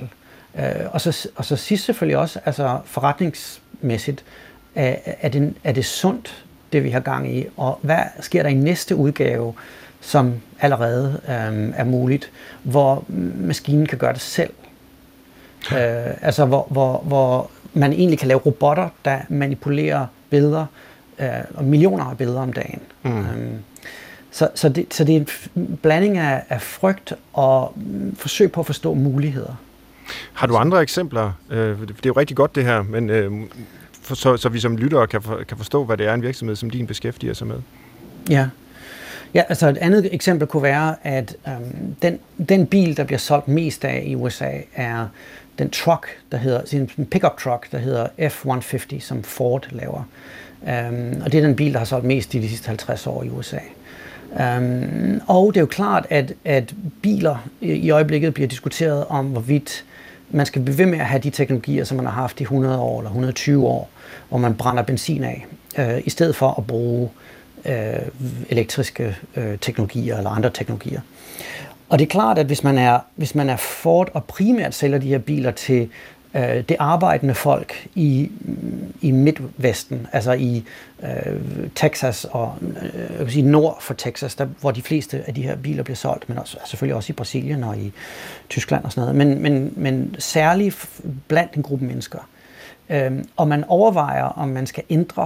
Og så sidst selvfølgelig også, altså forretningsmæssigt, er det sundt, det vi har gang i, og hvad sker der i næste udgave, som allerede er muligt, hvor maskinen kan gøre det selv. Altså hvor man egentlig kan lave robotter, der manipulerer billeder, og millioner af billeder om dagen. Så det er en blanding af frygt og forsøg på at forstå muligheder. Har du andre eksempler? Det er jo rigtig godt det her, men så vi som lyttere kan forstå, hvad det er en virksomhed, som din beskæftiger sig med. Ja, altså et andet eksempel kunne være, at den bil, der bliver solgt mest af i USA, er den truck, der hedder, en pickup truck, der hedder F-150, som Ford laver. Og det er den bil, der har solgt mest i de sidste 50 år i USA. Og det er jo klart, at biler i øjeblikket bliver diskuteret om, hvorvidt man skal blive ved med at have de teknologier, som man har haft i 100 år eller 120 år, hvor man brænder benzin af, i stedet for at bruge elektriske teknologier eller andre teknologier. Og det er klart, at hvis man er Ford og primært sælger de her biler til det arbejdende folk i Midtvesten, altså i Texas og jeg kan sige nord for Texas, der, hvor de fleste af de her biler bliver solgt, men også, selvfølgelig også i Brasilien og i Tyskland og sådan noget, men særligt blandt en gruppe mennesker. Og man overvejer, om man skal ændre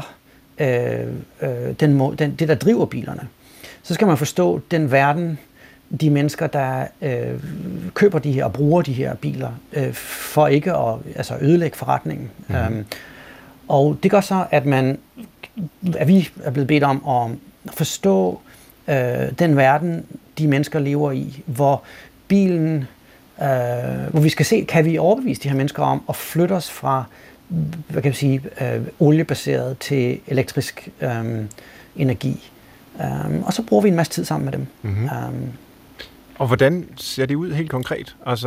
det, der driver bilerne. Så skal man forstå den verden, de mennesker, der køber de her og bruger de her biler, for ikke at ødelægge forretningen. Og det gør så, at vi er blevet bedt om at forstå den verden, de mennesker lever i, hvor bilen, hvor vi skal se, kan vi overbevise de her mennesker om at flytte os fra, hvad kan man sige, oliebaseret til elektrisk energi. Og så bruger vi en masse tid sammen med dem. Og hvordan ser det ud helt konkret? Altså,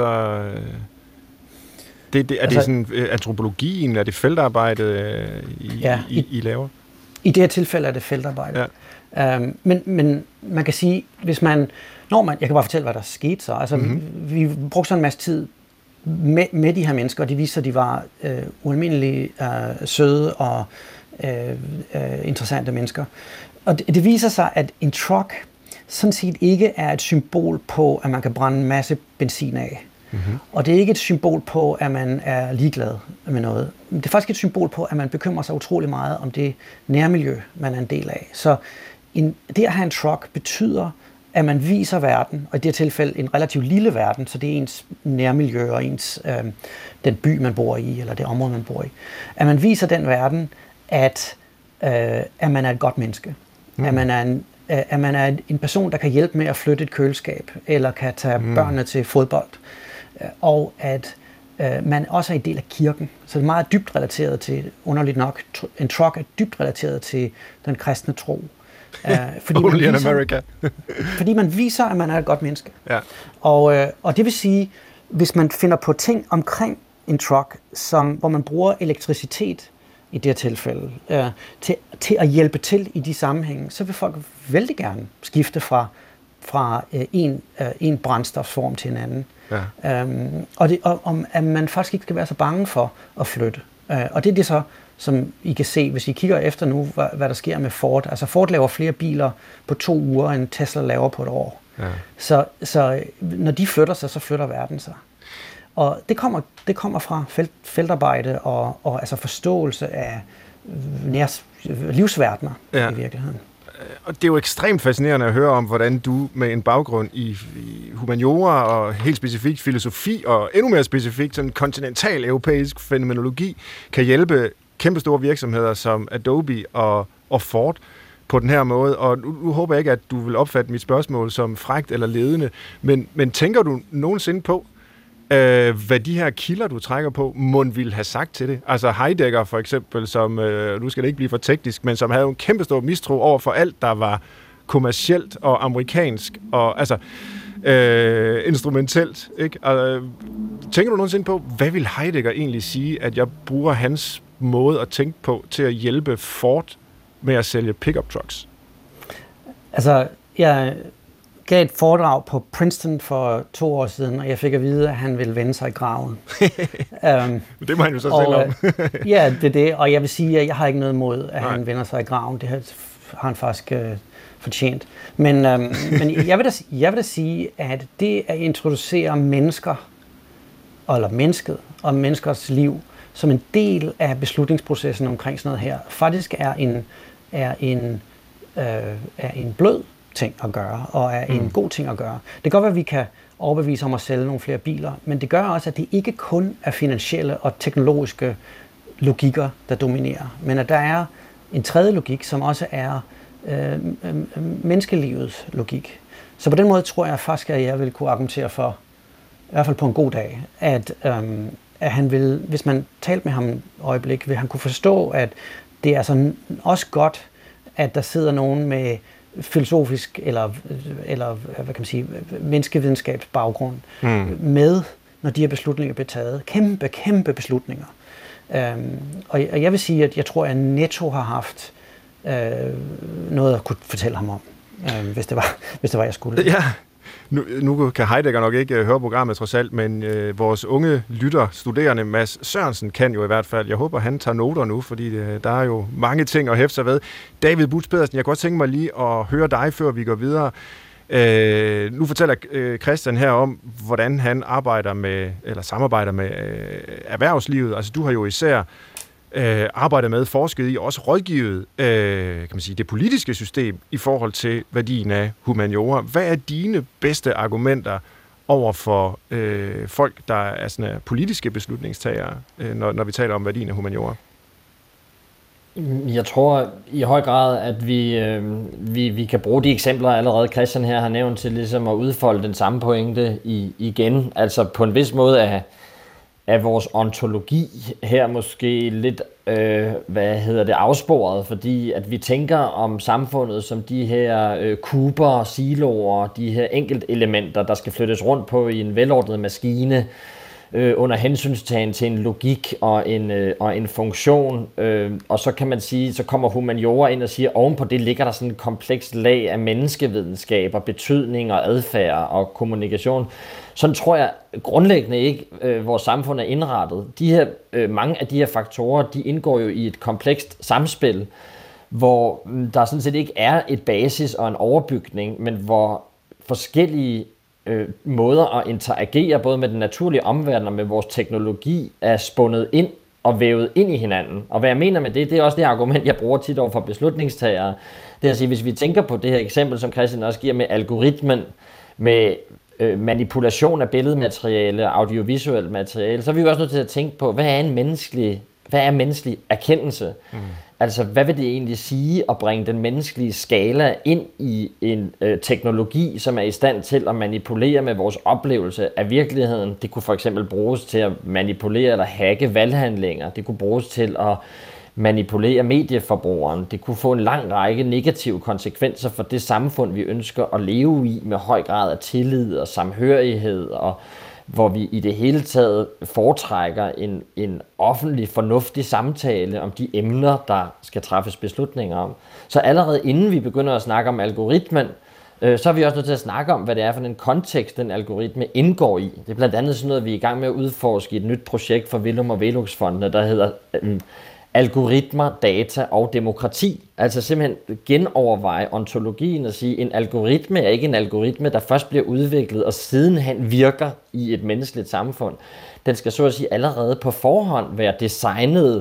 det sådan antropologien, er det feltarbejdet, I laver? I det her tilfælde er det feltarbejde. Ja. Men man kan sige, hvis man... jeg kan bare fortælle, hvad der skete så. Altså, vi brugte så en masse tid med de her mennesker, og de viste sig, at de var ualmindeligt søde og interessante mennesker. Og det viser sig, at en truck sådan set ikke er et symbol på, at man kan brænde en masse benzin af. Og det er ikke et symbol på, at man er ligeglad med noget. Det er faktisk et symbol på, at man bekymrer sig utrolig meget om det nærmiljø, man er en del af. Så det at have en truck betyder, at man viser verden, og i det her tilfælde en relativt lille verden, så det er ens nærmiljø og ens, den by, man bor i, eller det område, man bor i. At man viser den verden, at man er et godt menneske. At man er en person, der kan hjælpe med at flytte et køleskab, eller kan tage børnene til fodbold. Og at man også er en del af kirken. Så det er meget dybt relateret til, underligt nok, en truck er dybt relateret til den kristne tro. Fordi man viser, at man er et godt menneske. Ja. Og det vil sige, hvis man finder på ting omkring en truck, hvor man bruger elektricitet, i det her tilfælde, til at hjælpe til i de sammenhænge, så vil folk vældig gerne skifte fra en brændstofform til en anden. Ja. Og at man faktisk ikke skal være så bange for at flytte. Og det er det så, som I kan se, hvis I kigger efter nu, hvad der sker med Ford. Altså Ford laver flere biler på 2 uger, end Tesla laver på et år. Ja. Så når de flytter sig, så flytter verden sig. Og det kommer fra feltarbejde og altså forståelse af livsverdener i virkeligheden. Og det er jo ekstremt fascinerende at høre om, hvordan du med en baggrund i humaniora og helt specifikt filosofi og endnu mere specifikt sådan kontinental europæisk fænomenologi kan hjælpe kæmpestore virksomheder som Adobe og Ford på den her måde. Og nu håber jeg ikke, at du vil opfatte mit spørgsmål som frækt eller ledende, men tænker du nogensinde på, hvad de her kilder, du trækker på, mon ville have sagt til det? Altså Heidegger for eksempel, som, nu skal det ikke blive for teknisk, men som havde en kæmpestor mistro over for alt, der var kommercielt og amerikansk, og altså instrumentelt, ikke? Tænker du nogensinde på, hvad vil Heidegger egentlig sige, at jeg bruger hans måde at tænke på til at hjælpe Ford med at sælge pickup trucks? Altså, gav et foredrag på Princeton for 2 år siden, og jeg fik at vide, at han ville vende sig i graven. Det må han jo så selv om. Ja, det er det, og jeg vil sige, at jeg har ikke noget imod, at han vender sig i graven. Det har han faktisk fortjent. Men jeg vil da sige, at det at introducere mennesker, eller mennesket og menneskers liv, som en del af beslutningsprocessen omkring sådan noget her, faktisk er en blød ting at gøre, og er en god ting at gøre. Det kan godt være, at vi kan overbevise om at sælge nogle flere biler, men det gør også, at det ikke kun er finansielle og teknologiske logikker, der dominerer, men at der er en tredje logik, som også er menneskelivets logik. Så på den måde tror jeg faktisk, at jeg vil kunne argumentere for, i hvert fald på en god dag, at han vil, hvis man talte med ham et øjeblik, vil han kunne forstå, at det er altså også godt, at der sidder nogen med filosofisk eller hvad kan man sige, menneskevidenskabsbaggrund med, når de her beslutninger bliver taget. Kæmpe beslutninger. Og jeg vil sige, at jeg tror, at Netto har haft noget at kunne fortælle ham om, hvis det var, jeg skulle. Ja. Nu kan Heidegger nok ikke høre programmet trods alt, men vores unge studerende Mads Sørensen kan jo i hvert fald. Jeg håber, han tager noter nu, fordi der er jo mange ting at hæfte sig ved. David Butz Pedersen, jeg kunne godt tænke mig lige at høre dig, før vi går videre. Nu fortæller Christian her om, hvordan han samarbejder med erhvervslivet. Altså, du har jo især arbejdet med, forsket i og også rådgivet kan man sige, det politiske system i forhold til værdien af humaniora. Hvad er dine bedste argumenter over for folk, der er sådan politiske beslutningstagere, når vi taler om værdien af humaniora? Jeg tror i høj grad, at vi kan bruge de eksempler, allerede Christian her har nævnt, til ligesom at udfolde den samme pointe igen. Altså på en vis måde er vores ontologi her måske lidt afsporet, fordi at vi tænker om samfundet som de her kuber, siloer, de her enkeltelementer, der skal flyttes rundt på i en velordnet maskine, under hensynstagen til en logik og en funktion, og så kan man sige, så kommer humaniora ind og siger, at ovenpå det ligger der sådan et komplekst lag af menneskevidenskaber, betydning og adfærd og kommunikation. Sådan tror jeg grundlæggende ikke, vores samfund er indrettet. Mange af de her faktorer, de indgår jo i et komplekst samspil, hvor der sådan set ikke er et basis og en overbygning, men hvor forskellige måder at interagere både med den naturlige omverden og med vores teknologi er spundet ind og vævet ind i hinanden. Og hvad jeg mener med det er også det argument, jeg bruger tit over for beslutningstagere. Det er at sige, hvis vi tænker på det her eksempel, som Christian også giver med algoritmen, med manipulation af billedmateriale, audiovisuelt materiale, så er vi jo også nødt til at tænke på, hvad er menneskelig erkendelse? Altså, hvad vil det egentlig sige at bringe den menneskelige skala ind i en teknologi, som er i stand til at manipulere med vores oplevelse af virkeligheden? Det kunne for eksempel bruges til at manipulere eller hacke valghandlinger. Det kunne bruges til at manipulere medieforbrugeren. Det kunne få en lang række negative konsekvenser for det samfund, vi ønsker at leve i, med høj grad af tillid og samhørighed, og hvor vi i det hele taget foretrækker en offentlig, fornuftig samtale om de emner, der skal træffes beslutninger om. Så allerede inden vi begynder at snakke om algoritmen, så er vi også nødt til at snakke om, hvad det er for en kontekst, den algoritme indgår i. Det er blandt andet sådan noget, vi er i gang med at udforske i et nyt projekt for Willum og Velux-fondene, der hedder algoritmer, data og demokrati. Altså simpelthen genoverveje ontologien og sige, en algoritme er ikke en algoritme, der først bliver udviklet og sidenhen virker i et menneskeligt samfund. Den skal så at sige allerede på forhånd være designet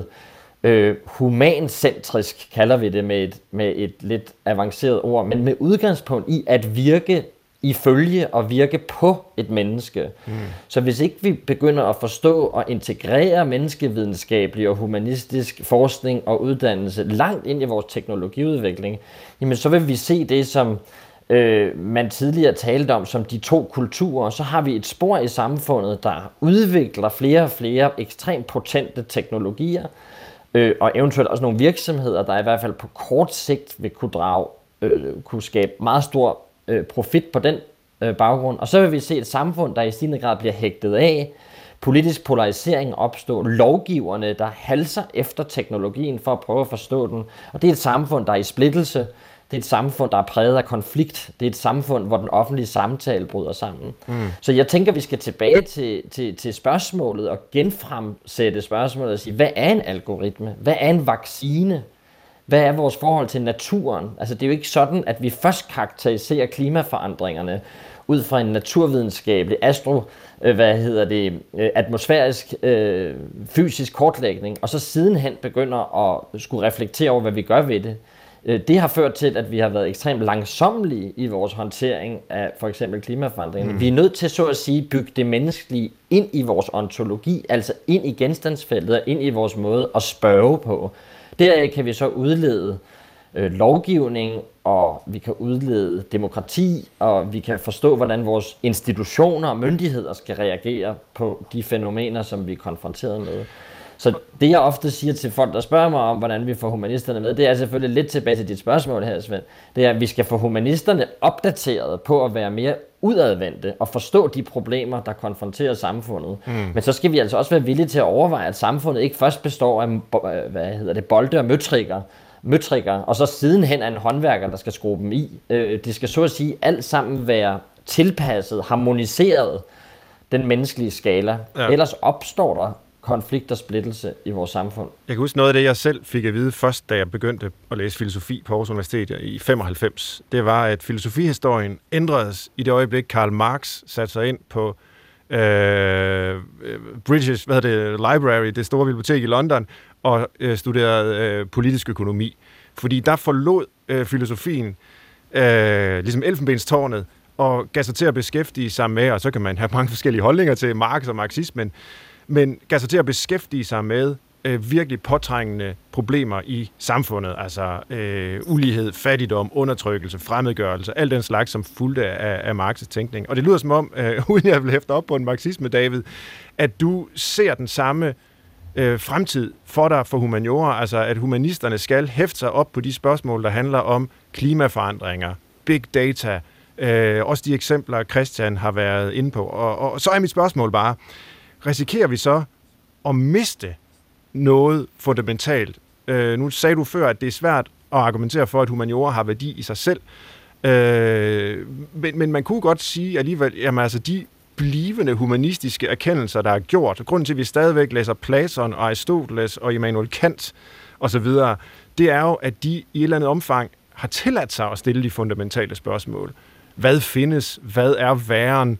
humancentrisk, kalder vi det med et lidt avanceret ord, men med udgangspunkt i at virke ifølge og virke på et menneske. Så hvis ikke vi begynder at forstå og integrere menneskevidenskabelig og humanistisk forskning og uddannelse langt ind i vores teknologiudvikling, jamen så vil vi se det, som man tidligere talte om som de to kulturer. Så har vi et spor i samfundet, der udvikler flere og flere ekstremt potente teknologier, og eventuelt også nogle virksomheder, der i hvert fald på kort sigt vil kunne skabe meget stor profit på den baggrund. Og så vil vi se et samfund, der i stigende grad bliver hægtet af, politisk polarisering opstå, lovgiverne, der halser efter teknologien for at prøve at forstå den. Og det er et samfund, der er i splittelse. Det er et samfund, der er præget af konflikt. Det er et samfund, hvor den offentlige samtale bryder sammen. Så jeg tænker, vi skal tilbage til spørgsmålet og genfremsætte spørgsmålet og sige, hvad er en algoritme? Hvad er en vaccine? Hvad er vores forhold til naturen? Altså, det er jo ikke sådan, at vi først karakteriserer klimaforandringerne ud fra en naturvidenskabelig atmosfærisk fysisk kortlægning, og så sidenhen begynder at skulle reflektere over, hvad vi gør ved det. Det har ført til, at vi har været ekstremt langsommelige i vores håndtering af for eksempel klimaforandringerne. Vi er nødt til, så at sige, bygge det menneskelige ind i vores ontologi, altså ind i genstandsfeltet og ind i vores måde at spørge på. Deraf kan vi så udlede lovgivning, og vi kan udlede demokrati, og vi kan forstå, hvordan vores institutioner og myndigheder skal reagere på de fænomener, som vi er konfronteret med. Så det, jeg ofte siger til folk, der spørger mig om, hvordan vi får humanisterne med, det er selvfølgelig lidt tilbage til dit spørgsmål her, Svend. Det er, at vi skal få humanisterne opdateret på at være mere udadvendte og forstå de problemer, der konfronterer samfundet. Men så skal vi altså også være villige til at overveje, at samfundet ikke først består af bolde og møtrikker, og så sidenhen af en håndværker, der skal skrue dem i. Det skal så at sige alt sammen være tilpasset, harmoniseret den menneskelige skala. Ja. Ellers opstår der konflikt og splittelse i vores samfund. Jeg kan huske noget af det, jeg selv fik at vide først, da jeg begyndte at læse filosofi på Aarhus Universitet i 95. Det var, at filosofihistorien ændredes i det øjeblik, Karl Marx satte sig ind på British Library, det store bibliotek i London, og studerede politisk økonomi. Fordi der forlod filosofien ligesom Elfenbenstårnet og gav sig til at beskæftige sig med, og så kan man have mange forskellige holdninger til Marx og marxismen, men gav sig til at beskæftige sig med virkelig påtrængende problemer i samfundet, altså ulighed, fattigdom, undertrykkelse, fremmedgørelse, alt den slags, som fulgte af Marx' tænkning. Og det lyder som om, uden jeg vil hæfte op på en marxisme, David, at du ser den samme fremtid for dig for humaniora, altså at humanisterne skal hæfte sig op på de spørgsmål, der handler om klimaforandringer, big data, også de eksempler, Christian har været inde på. Og så er mit spørgsmål bare, risikerer vi så at miste noget fundamentalt? Nu sagde du før, at det er svært at argumentere for, at humaniora har værdi i sig selv, men man kunne godt sige alligevel, jamen altså de blivende humanistiske erkendelser, der er gjort, grunden til, at vi stadigvæk læser Platon og Aristoteles og Immanuel Kant osv., det er jo, at de i et eller andet omfang har tilladt sig at stille de fundamentale spørgsmål. Hvad findes? Hvad er væren?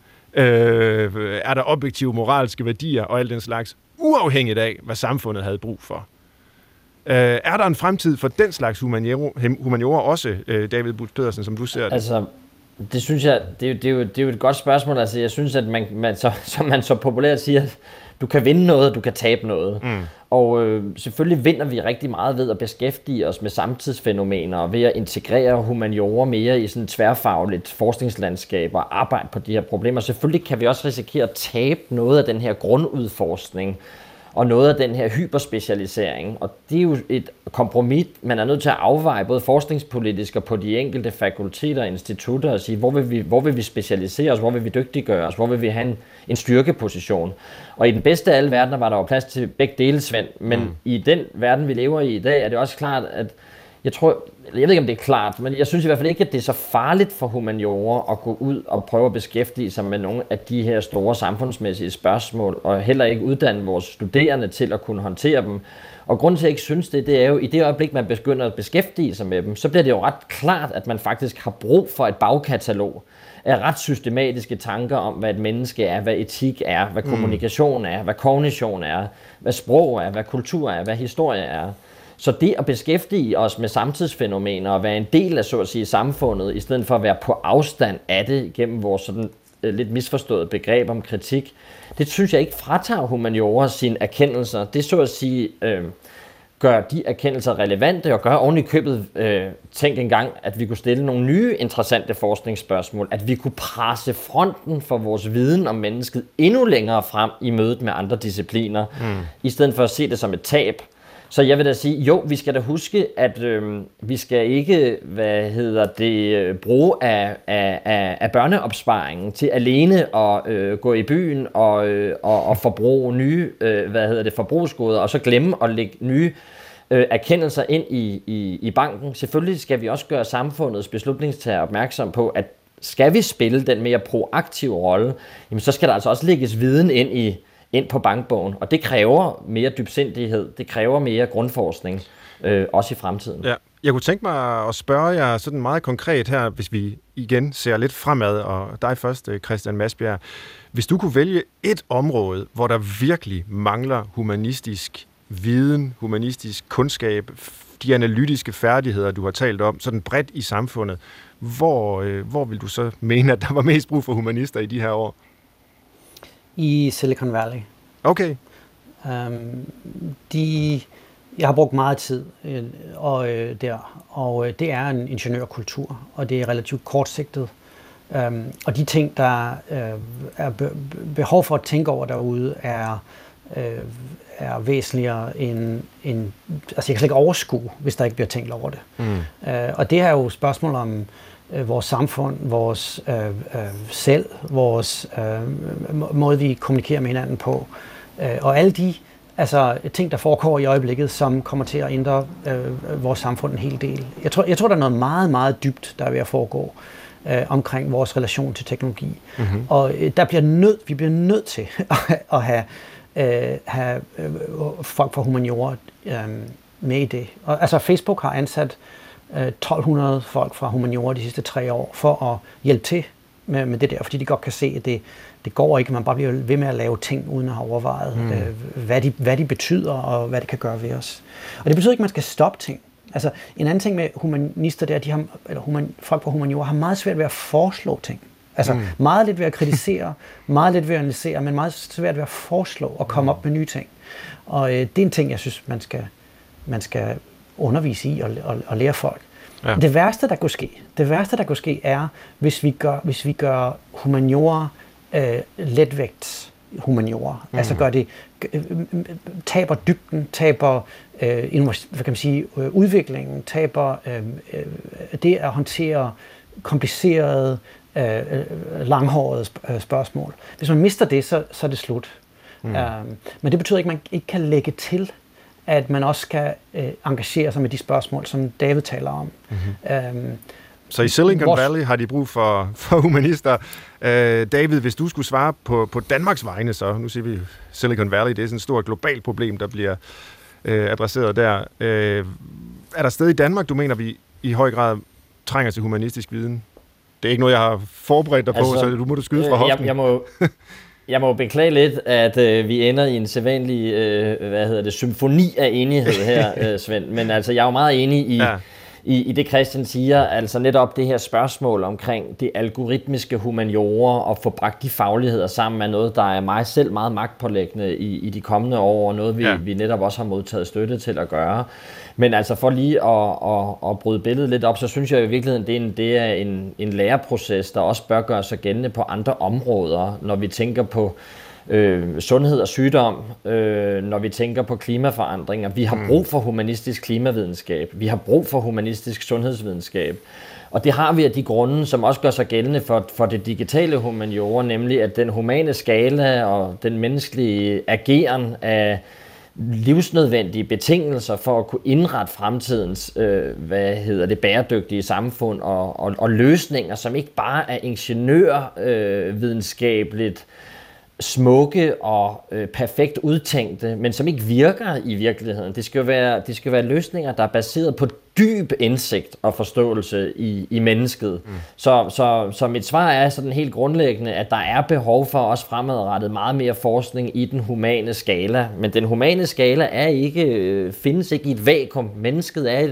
Er der objektive moralske værdier og alt den slags, uafhængigt af, hvad samfundet havde brug for? Er der en fremtid for den slags humaniora også, David Butt Pedersen, som du ser det? Altså, det synes jeg, det er jo et godt spørgsmål. Altså, jeg synes, at som man så populært siger, du kan vinde noget, du kan tabe noget. Og selvfølgelig vinder vi rigtig meget ved at beskæftige os med samtidsfænomener og ved at integrere humaniora mere i sådan et tværfagligt forskningslandskab og arbejde på de her problemer. Selvfølgelig kan vi også risikere at tabe noget af den her grundudforskning og noget af den her hyperspecialisering. Og det er jo et kompromis, man er nødt til at afveje, både forskningspolitisk og på de enkelte fakulteter og institutter, og sige, hvor vil vi specialisere os, hvor vil vi dygtiggøre os, hvor vil vi have en styrkeposition. Og i den bedste af alle verdener var der jo plads til begge dele, Svend, men i den verden, vi lever i dag, er det også klart, at jeg ved ikke, om det er klart, men jeg synes i hvert fald ikke, at det er så farligt for humaniora at gå ud og prøve at beskæftige sig med nogle af de her store samfundsmæssige spørgsmål, og heller ikke uddanne vores studerende til at kunne håndtere dem. Og grunden til, at jeg ikke synes det er jo, i det øjeblik, man begynder at beskæftige sig med dem, så bliver det jo ret klart, at man faktisk har brug for et bagkatalog af ret systematiske tanker om, hvad et menneske er, hvad etik er, hvad kommunikation er, hvad kognition er, hvad sprog er, hvad kultur er, hvad historie er. Så det at beskæftige os med samtidsfænomener og være en del af, så at sige, samfundet, i stedet for at være på afstand af det gennem vores sådan lidt misforståede begreb om kritik, det synes jeg ikke fratager humaniora sine erkendelser. Det så at sige gør de erkendelser relevante og gør oven i købet tænk engang, at vi kunne stille nogle nye interessante forskningsspørgsmål, at vi kunne presse fronten for vores viden om mennesket endnu længere frem i mødet med andre discipliner, i stedet for at se det som et tab. Så jeg vil da sige, jo, vi skal da huske, at vi skal ikke, bruge af børneopsparingen til alene at gå i byen og forbruge nye, forbrugsgoder, og så glemme at lægge nye erkendelser ind i banken. Selvfølgelig skal vi også gøre samfundets beslutningstager opmærksom på, at skal vi spille den mere proaktive rolle, jamen så skal der altså også lægges viden ind på bankbogen, og det kræver mere dybsindighed, det kræver mere grundforskning, også i fremtiden. Ja. Jeg kunne tænke mig at spørge jer sådan meget konkret her, hvis vi igen ser lidt fremad, og dig først, Christian Madsbjerg. Hvis du kunne vælge et område, hvor der virkelig mangler humanistisk viden, humanistisk kundskab, de analytiske færdigheder, du har talt om, sådan bredt i samfundet, hvor vil du så mene, at der var mest brug for humanister i de her år? I Silicon Valley. Okay. Jeg har brugt meget tid der, og det er en ingeniørkultur, og det er relativt kortsigtet. Og de ting, der er behov for at tænke over derude, er væsentligere end altså jeg kan slet ikke overskue, hvis der ikke bliver tænkt over det. Og det er jo spørgsmål om vores samfund, vores selv, vores måde, vi kommunikerer med hinanden på, og alle de ting, der foregår i øjeblikket, som kommer til at ændre vores samfund en hel del. Jeg tror, der er noget meget, meget dybt, der er ved at foregå omkring vores relation til teknologi. Mm-hmm. Og vi bliver nødt til at have folk fra humaniora med i det. Og, altså Facebook har ansat 1200 folk fra humaniora de sidste 3 år for at hjælpe til med det der, fordi de godt kan se, at det går ikke, man bare bliver ved med at lave ting, uden at have overvejet, hvad de betyder, og hvad det kan gøre ved os. Og det betyder ikke, at man skal stoppe ting. Altså, en anden ting med humanister, det er, at folk på humaniora har meget svært ved at foreslå ting. Altså, meget lidt ved at kritisere, meget lidt ved at analysere, men meget svært ved at foreslå og komme op med nye ting. Og det er en ting, jeg synes, man skal undervise i og lære folk. Ja. Det værste, der kunne ske, er, hvis vi gør humaniora letvægts humaniora. Altså gør det, taber dybden, taber udviklingen, taber det at håndtere komplicerede, langhårede spørgsmål. Hvis man mister det, så er det slut. Men det betyder ikke, at man ikke kan lægge til, at man også skal engagere sig med de spørgsmål, som David taler om. Så i Silicon Valley har de brug for humanister. David, hvis du skulle svare på Danmarks vegne, så nu siger vi Silicon Valley, det er sådan et stort globalt problem, der bliver adresseret der. Er der sted i Danmark, du mener, vi i høj grad trænger til humanistisk viden? Det er ikke noget, jeg har forberedt dig på, så du må skyde fra hoften. Jeg må beklage lidt, at vi ender i en sædvanlig symfoni af enighed her, Svend. Men altså, jeg er jo meget enig i det, Christian siger, altså netop det her spørgsmål omkring det algoritmiske humaniora og få bragt de fagligheder sammen er noget, der er mig selv meget magtpålæggende i de kommende år, og noget, vi netop også har modtaget støtte til at gøre. Men altså for lige at bryde billedet lidt op, så synes jeg i virkeligheden, det er en læreproces, der også bør gøre sig gældende på andre områder, når vi tænker på sundhed og sygdom, når vi tænker på klimaforandringer. Vi har brug for humanistisk klimavidenskab. Vi har brug for humanistisk sundhedsvidenskab. Og det har vi af de grunde, som også gør sig gældende for det digitale humaniora, nemlig at den humane skala og den menneskelige ageren af livsnødvendige betingelser for at kunne indrette fremtidens bæredygtige samfund og løsninger, som ikke bare er ingeniørvidenskabeligt smukke og perfekt udtænkte, men som ikke virker i virkeligheden. Det skal være løsninger, der er baseret på dyb indsigt og forståelse i mennesket. Så mit svar er sådan helt grundlæggende, at der er behov for også fremadrettet meget mere forskning i den humane skala. Men den humane skala findes ikke i et vakuum. Mennesket er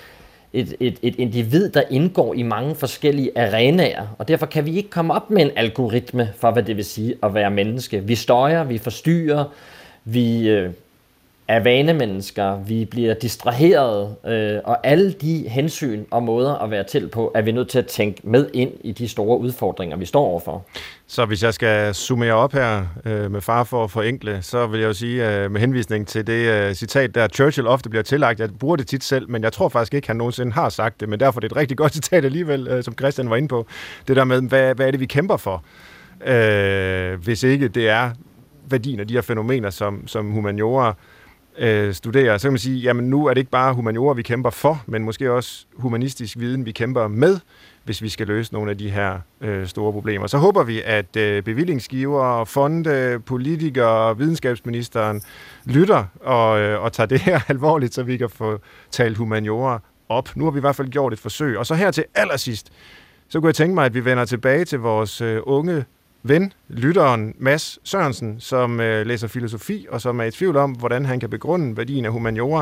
et individ, der indgår i mange forskellige arenaer, og derfor kan vi ikke komme op med en algoritme for, hvad det vil sige at være menneske. Vi støjer, vi forstyrrer, vi er vanemennesker, vi bliver distraheret, og alle de hensyn og måder at være til på, er vi nødt til at tænke med ind i de store udfordringer, vi står overfor. Så hvis jeg skal summere op her med far for at forenkle, så vil jeg jo sige med henvisning til det citat, der Churchill ofte bliver tillagt, jeg bruger det tit selv, men jeg tror faktisk ikke, han nogensinde har sagt det, men derfor er det et rigtig godt citat alligevel, som Christian var inde på. Det der med, hvad er det, vi kæmper for, hvis ikke det er værdien af de her fænomener, som humaniora studerer, så kan man sige, jamen nu er det ikke bare humaniora, vi kæmper for, men måske også humanistisk viden, vi kæmper med, hvis vi skal løse nogle af de her store problemer. Så håber vi, at bevillingsgivere, fonde, politikere, videnskabsministeren lytter og tager det her alvorligt, så vi kan få talt humaniora op. Nu har vi i hvert fald gjort et forsøg. Og så her til allersidst, så kunne jeg tænke mig, at vi vender tilbage til vores unge ven, lytteren Mads Sørensen, som læser filosofi, og som er i tvivl om, hvordan han kan begrunde værdien af humaniora.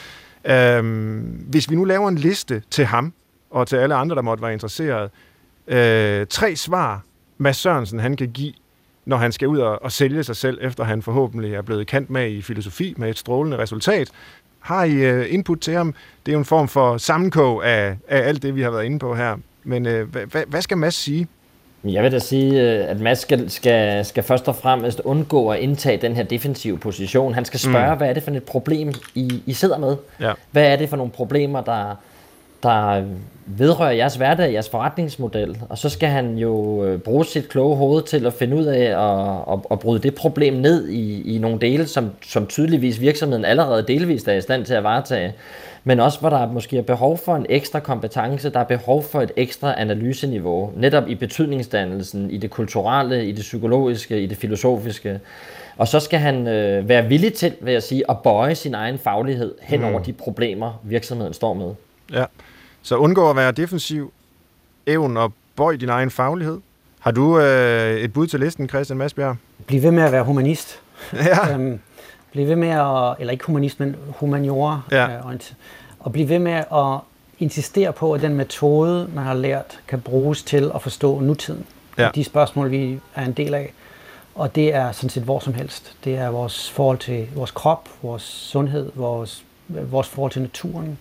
Hvis vi nu laver en liste til ham, og til alle andre, der måtte være interesseret, 3 svar, Mads Sørensen han kan give, når han skal ud og sælge sig selv, efter han forhåbentlig er blevet kendt med i filosofi, med et strålende resultat. Har I input til ham? Det er jo en form for sammenkog af alt det, vi har været inde på her. Men hvad skal Mads sige? Jeg vil da sige, at Mads skal først og fremmest undgå at indtage den her defensive position. Han skal spørge, hvad er det for et problem, I sidder med? Ja. Hvad er det for nogle problemer, der vedrører jeres hverdag, jeres forretningsmodel? Og så skal han jo bruge sit kloge hoved til at finde ud af at bryde det problem ned i nogle dele, som tydeligvis virksomheden allerede delvist er i stand til at varetage. Men også, hvor der måske er behov for en ekstra kompetence, der er behov for et ekstra analyseniveau, netop i betydningsdannelsen, i det kulturelle, i det psykologiske, i det filosofiske. Og så skal han være villig til, vil jeg sige, at bøje sin egen faglighed hen over de problemer, virksomheden står med. Ja, så undgå at være defensiv, evn og bøj din egen faglighed. Har du et bud til listen, Christian Madsbjerg? Bliv ved med at være humanist. Ja. Bliv ved med at, eller ikke humanist, men humaniora. Ja. Og bliv ved med at insistere på, at den metode, man har lært, kan bruges til at forstå nutiden. Ja. De spørgsmål, vi er en del af. Og det er sådan set hvor som helst. Det er vores forhold til vores krop, vores sundhed, vores forhold til naturen,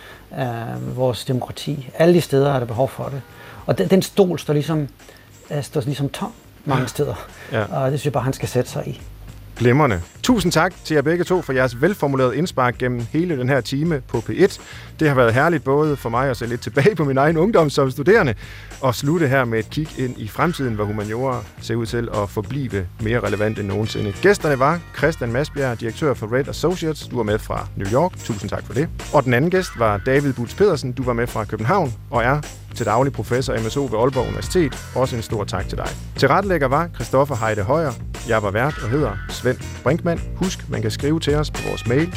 vores demokrati. Alle de steder er der behov for det. Og den stol står ligesom tom mange steder. Ja. Og det synes jeg bare, han skal sætte sig i. Glimrende. Tusind tak til jer begge to for jeres velformulerede indspark gennem hele den her time på P1. Det har været herligt både for mig at se lidt tilbage på min egen ungdom som studerende, og slutte her med et kig ind i fremtiden, hvor humaniora ser ud til at forblive mere relevant end nogensinde. Gæsterne var Christian Madsbjerg, direktør for Red Associates. Du var med fra New York. Tusind tak for det. Og den anden gæst var David Butz Pedersen. Du var med fra København og er til daglig professor MSO ved Aalborg Universitet. Også en stor tak til dig. Tilrettelægger var Christoffer Heide Højer. Jeg var vært og hedder Svend Brinkmann. Husk, man kan skrive til os på vores mail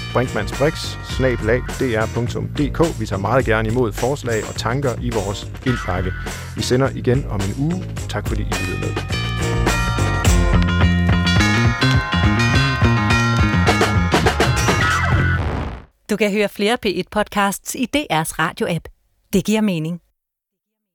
brinkmannsbrix@dr.dk. Vi tager meget gerne imod forslag og tanker i vores indpakke. Vi sender igen om en uge. Tak fordi I lyttede med. Du kan høre flere P1-podcasts i DR's radio-app. Det giver mening.